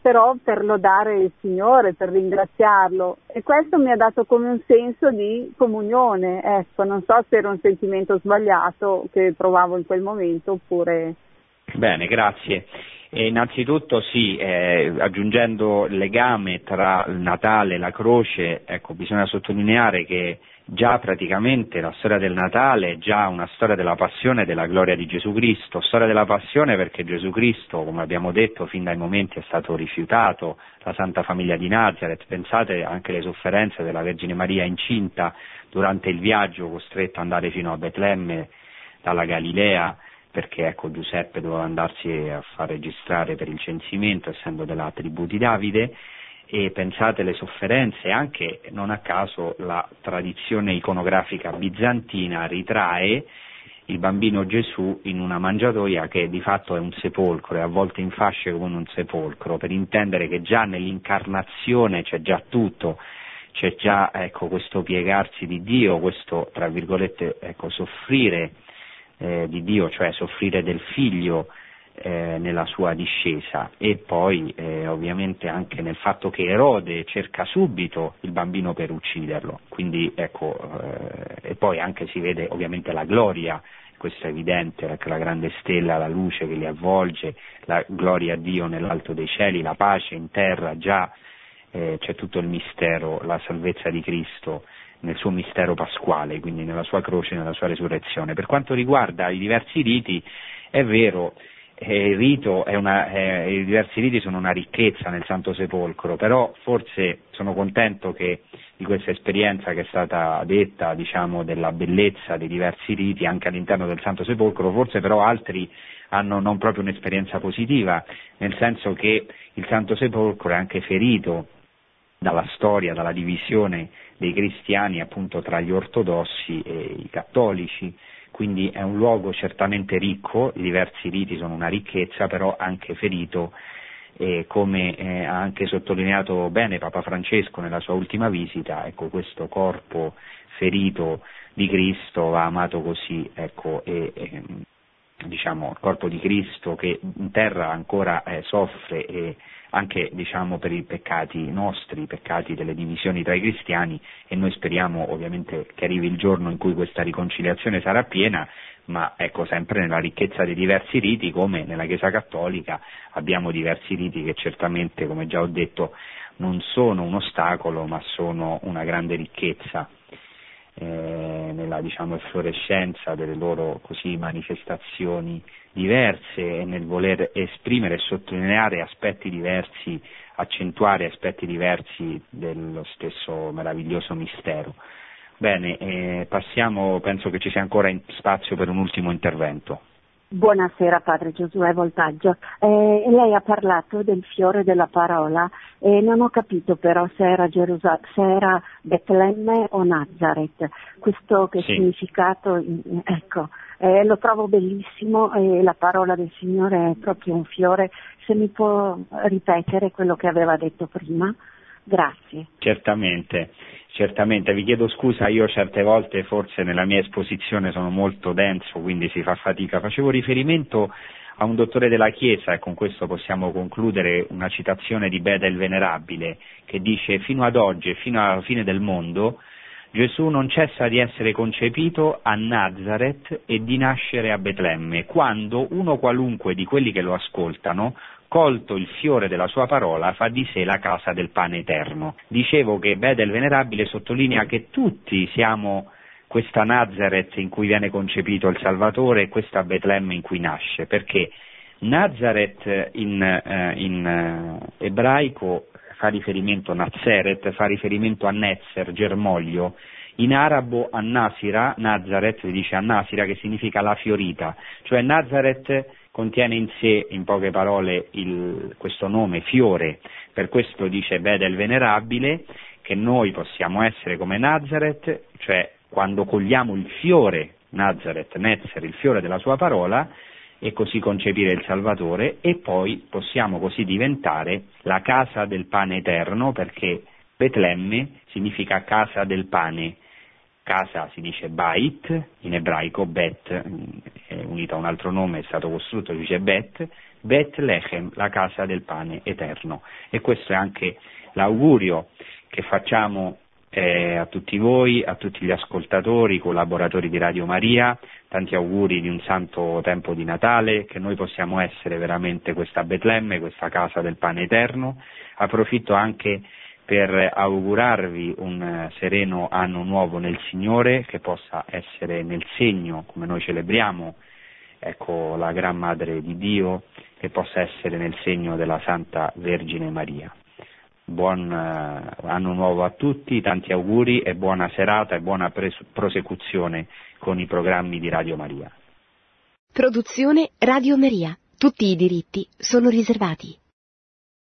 però per lodare il Signore, per ringraziarlo, e questo mi ha dato come un senso di comunione, ecco, non so se era un sentimento sbagliato che provavo in quel momento oppure... Bene, grazie. E innanzitutto sì, eh, aggiungendo il legame tra il Natale e la croce, ecco, bisogna sottolineare che già praticamente la storia del Natale è già una storia della passione e della gloria di Gesù Cristo, storia della passione perché Gesù Cristo, come abbiamo detto, fin dai momenti è stato rifiutato, la Santa Famiglia di Nazareth, pensate anche alle sofferenze della Vergine Maria incinta durante il viaggio, costretta ad andare fino a Betlemme dalla Galilea, perché ecco Giuseppe doveva andarsi a far registrare per il censimento, essendo della tribù di Davide, e pensate alle sofferenze, anche non a caso la tradizione iconografica bizantina ritrae il bambino Gesù in una mangiatoia che di fatto è un sepolcro, è avvolto in fasce come un sepolcro, per intendere che già nell'incarnazione c'è già tutto, c'è già ecco questo piegarsi di Dio, questo tra virgolette ecco soffrire Eh, di Dio, cioè soffrire del figlio eh, nella sua discesa, e poi eh, ovviamente anche nel fatto che Erode cerca subito il bambino per ucciderlo, quindi ecco eh, e poi anche si vede ovviamente la gloria, questo è evidente, ecco, la grande stella, la luce che li avvolge, la gloria a Dio nell'alto dei cieli, la pace in terra, già eh, c'è tutto il mistero, la salvezza di Cristo nel suo mistero pasquale, quindi nella sua croce, nella sua resurrezione. Per quanto riguarda i diversi riti, è vero, eh, il rito è una, eh, i diversi riti sono una ricchezza nel Santo Sepolcro, però forse sono contento che di questa esperienza che è stata detta, diciamo, della bellezza dei diversi riti anche all'interno del Santo Sepolcro, forse però altri hanno non proprio un'esperienza positiva, nel senso che il Santo Sepolcro è anche ferito dalla storia, dalla divisione dei cristiani appunto tra gli ortodossi e i cattolici, quindi è un luogo certamente ricco, i diversi riti sono una ricchezza, però anche ferito, e come eh, ha anche sottolineato bene Papa Francesco nella sua ultima visita, ecco, questo corpo ferito di Cristo va amato così, ecco, e, e diciamo il corpo di Cristo che in terra ancora eh, soffre e anche diciamo per i peccati nostri, i peccati delle divisioni tra i cristiani, e noi speriamo ovviamente che arrivi il giorno in cui questa riconciliazione sarà piena, ma ecco sempre nella ricchezza dei diversi riti, come nella Chiesa Cattolica abbiamo diversi riti che certamente, come già ho detto, non sono un ostacolo ma sono una grande ricchezza eh, nella diciamo efflorescenza delle loro così manifestazioni diverse e nel voler esprimere e sottolineare aspetti diversi, accentuare aspetti diversi dello stesso meraviglioso mistero. Bene, eh, passiamo, penso che ci sia ancora in spazio per un ultimo intervento. Buonasera Padre Giosuè Voltaggio, eh, lei ha parlato del fiore della parola e non ho capito però se era, Gerusal- se era Betlemme o Nazareth, questo che sì. significato, ecco, eh, lo trovo bellissimo e la parola del Signore è proprio un fiore, se mi può ripetere quello che aveva detto prima? Grazie. Certamente, certamente, vi chiedo scusa, io certe volte forse nella mia esposizione sono molto denso, quindi si fa fatica. Facevo riferimento a un dottore della Chiesa, e con questo possiamo concludere, una citazione di Beda il Venerabile, che dice: fino ad oggi e fino alla fine del mondo Gesù non cessa di essere concepito a Nazareth e di nascere a Betlemme, quando uno qualunque di quelli che lo ascoltano, colto il fiore della sua parola, fa di sé la casa del pane eterno. Dicevo che Beda il Venerabile sottolinea che tutti siamo questa Nazareth in cui viene concepito il Salvatore e questa Betlemme in cui nasce, perché Nazareth in, eh, in eh, ebraico fa riferimento, Nazeret fa riferimento a Netzer, germoglio, in arabo a Nasira, Nazareth si dice a Nasira, che significa la fiorita, cioè Nazareth contiene in sé, in poche parole, il, questo nome, fiore. Per questo dice Beda il Venerabile che noi possiamo essere come Nazareth, cioè quando cogliamo il fiore, Nazareth, Netzer, il fiore della sua parola, e così concepire il Salvatore, e poi possiamo così diventare la casa del pane eterno, perché Betlemme significa casa del pane. Casa si dice Bait, in ebraico Bet, è unito a un altro nome, è stato costrutto, dice Bet, Bet Lechem, la casa del pane eterno. E questo è anche l'augurio che facciamo eh, a tutti voi, a tutti gli ascoltatori, collaboratori di Radio Maria, tanti auguri di un santo tempo di Natale, che noi possiamo essere veramente questa Betlemme, questa casa del pane eterno. Approfitto anche per augurarvi un sereno anno nuovo nel Signore, che possa essere nel segno, come noi celebriamo, ecco, la Gran Madre di Dio, che possa essere nel segno della Santa Vergine Maria. Buon uh, anno nuovo a tutti, tanti auguri e buona serata e buona pres- prosecuzione con i programmi di Radio Maria. Produzione Radio Maria. Tutti i diritti sono riservati.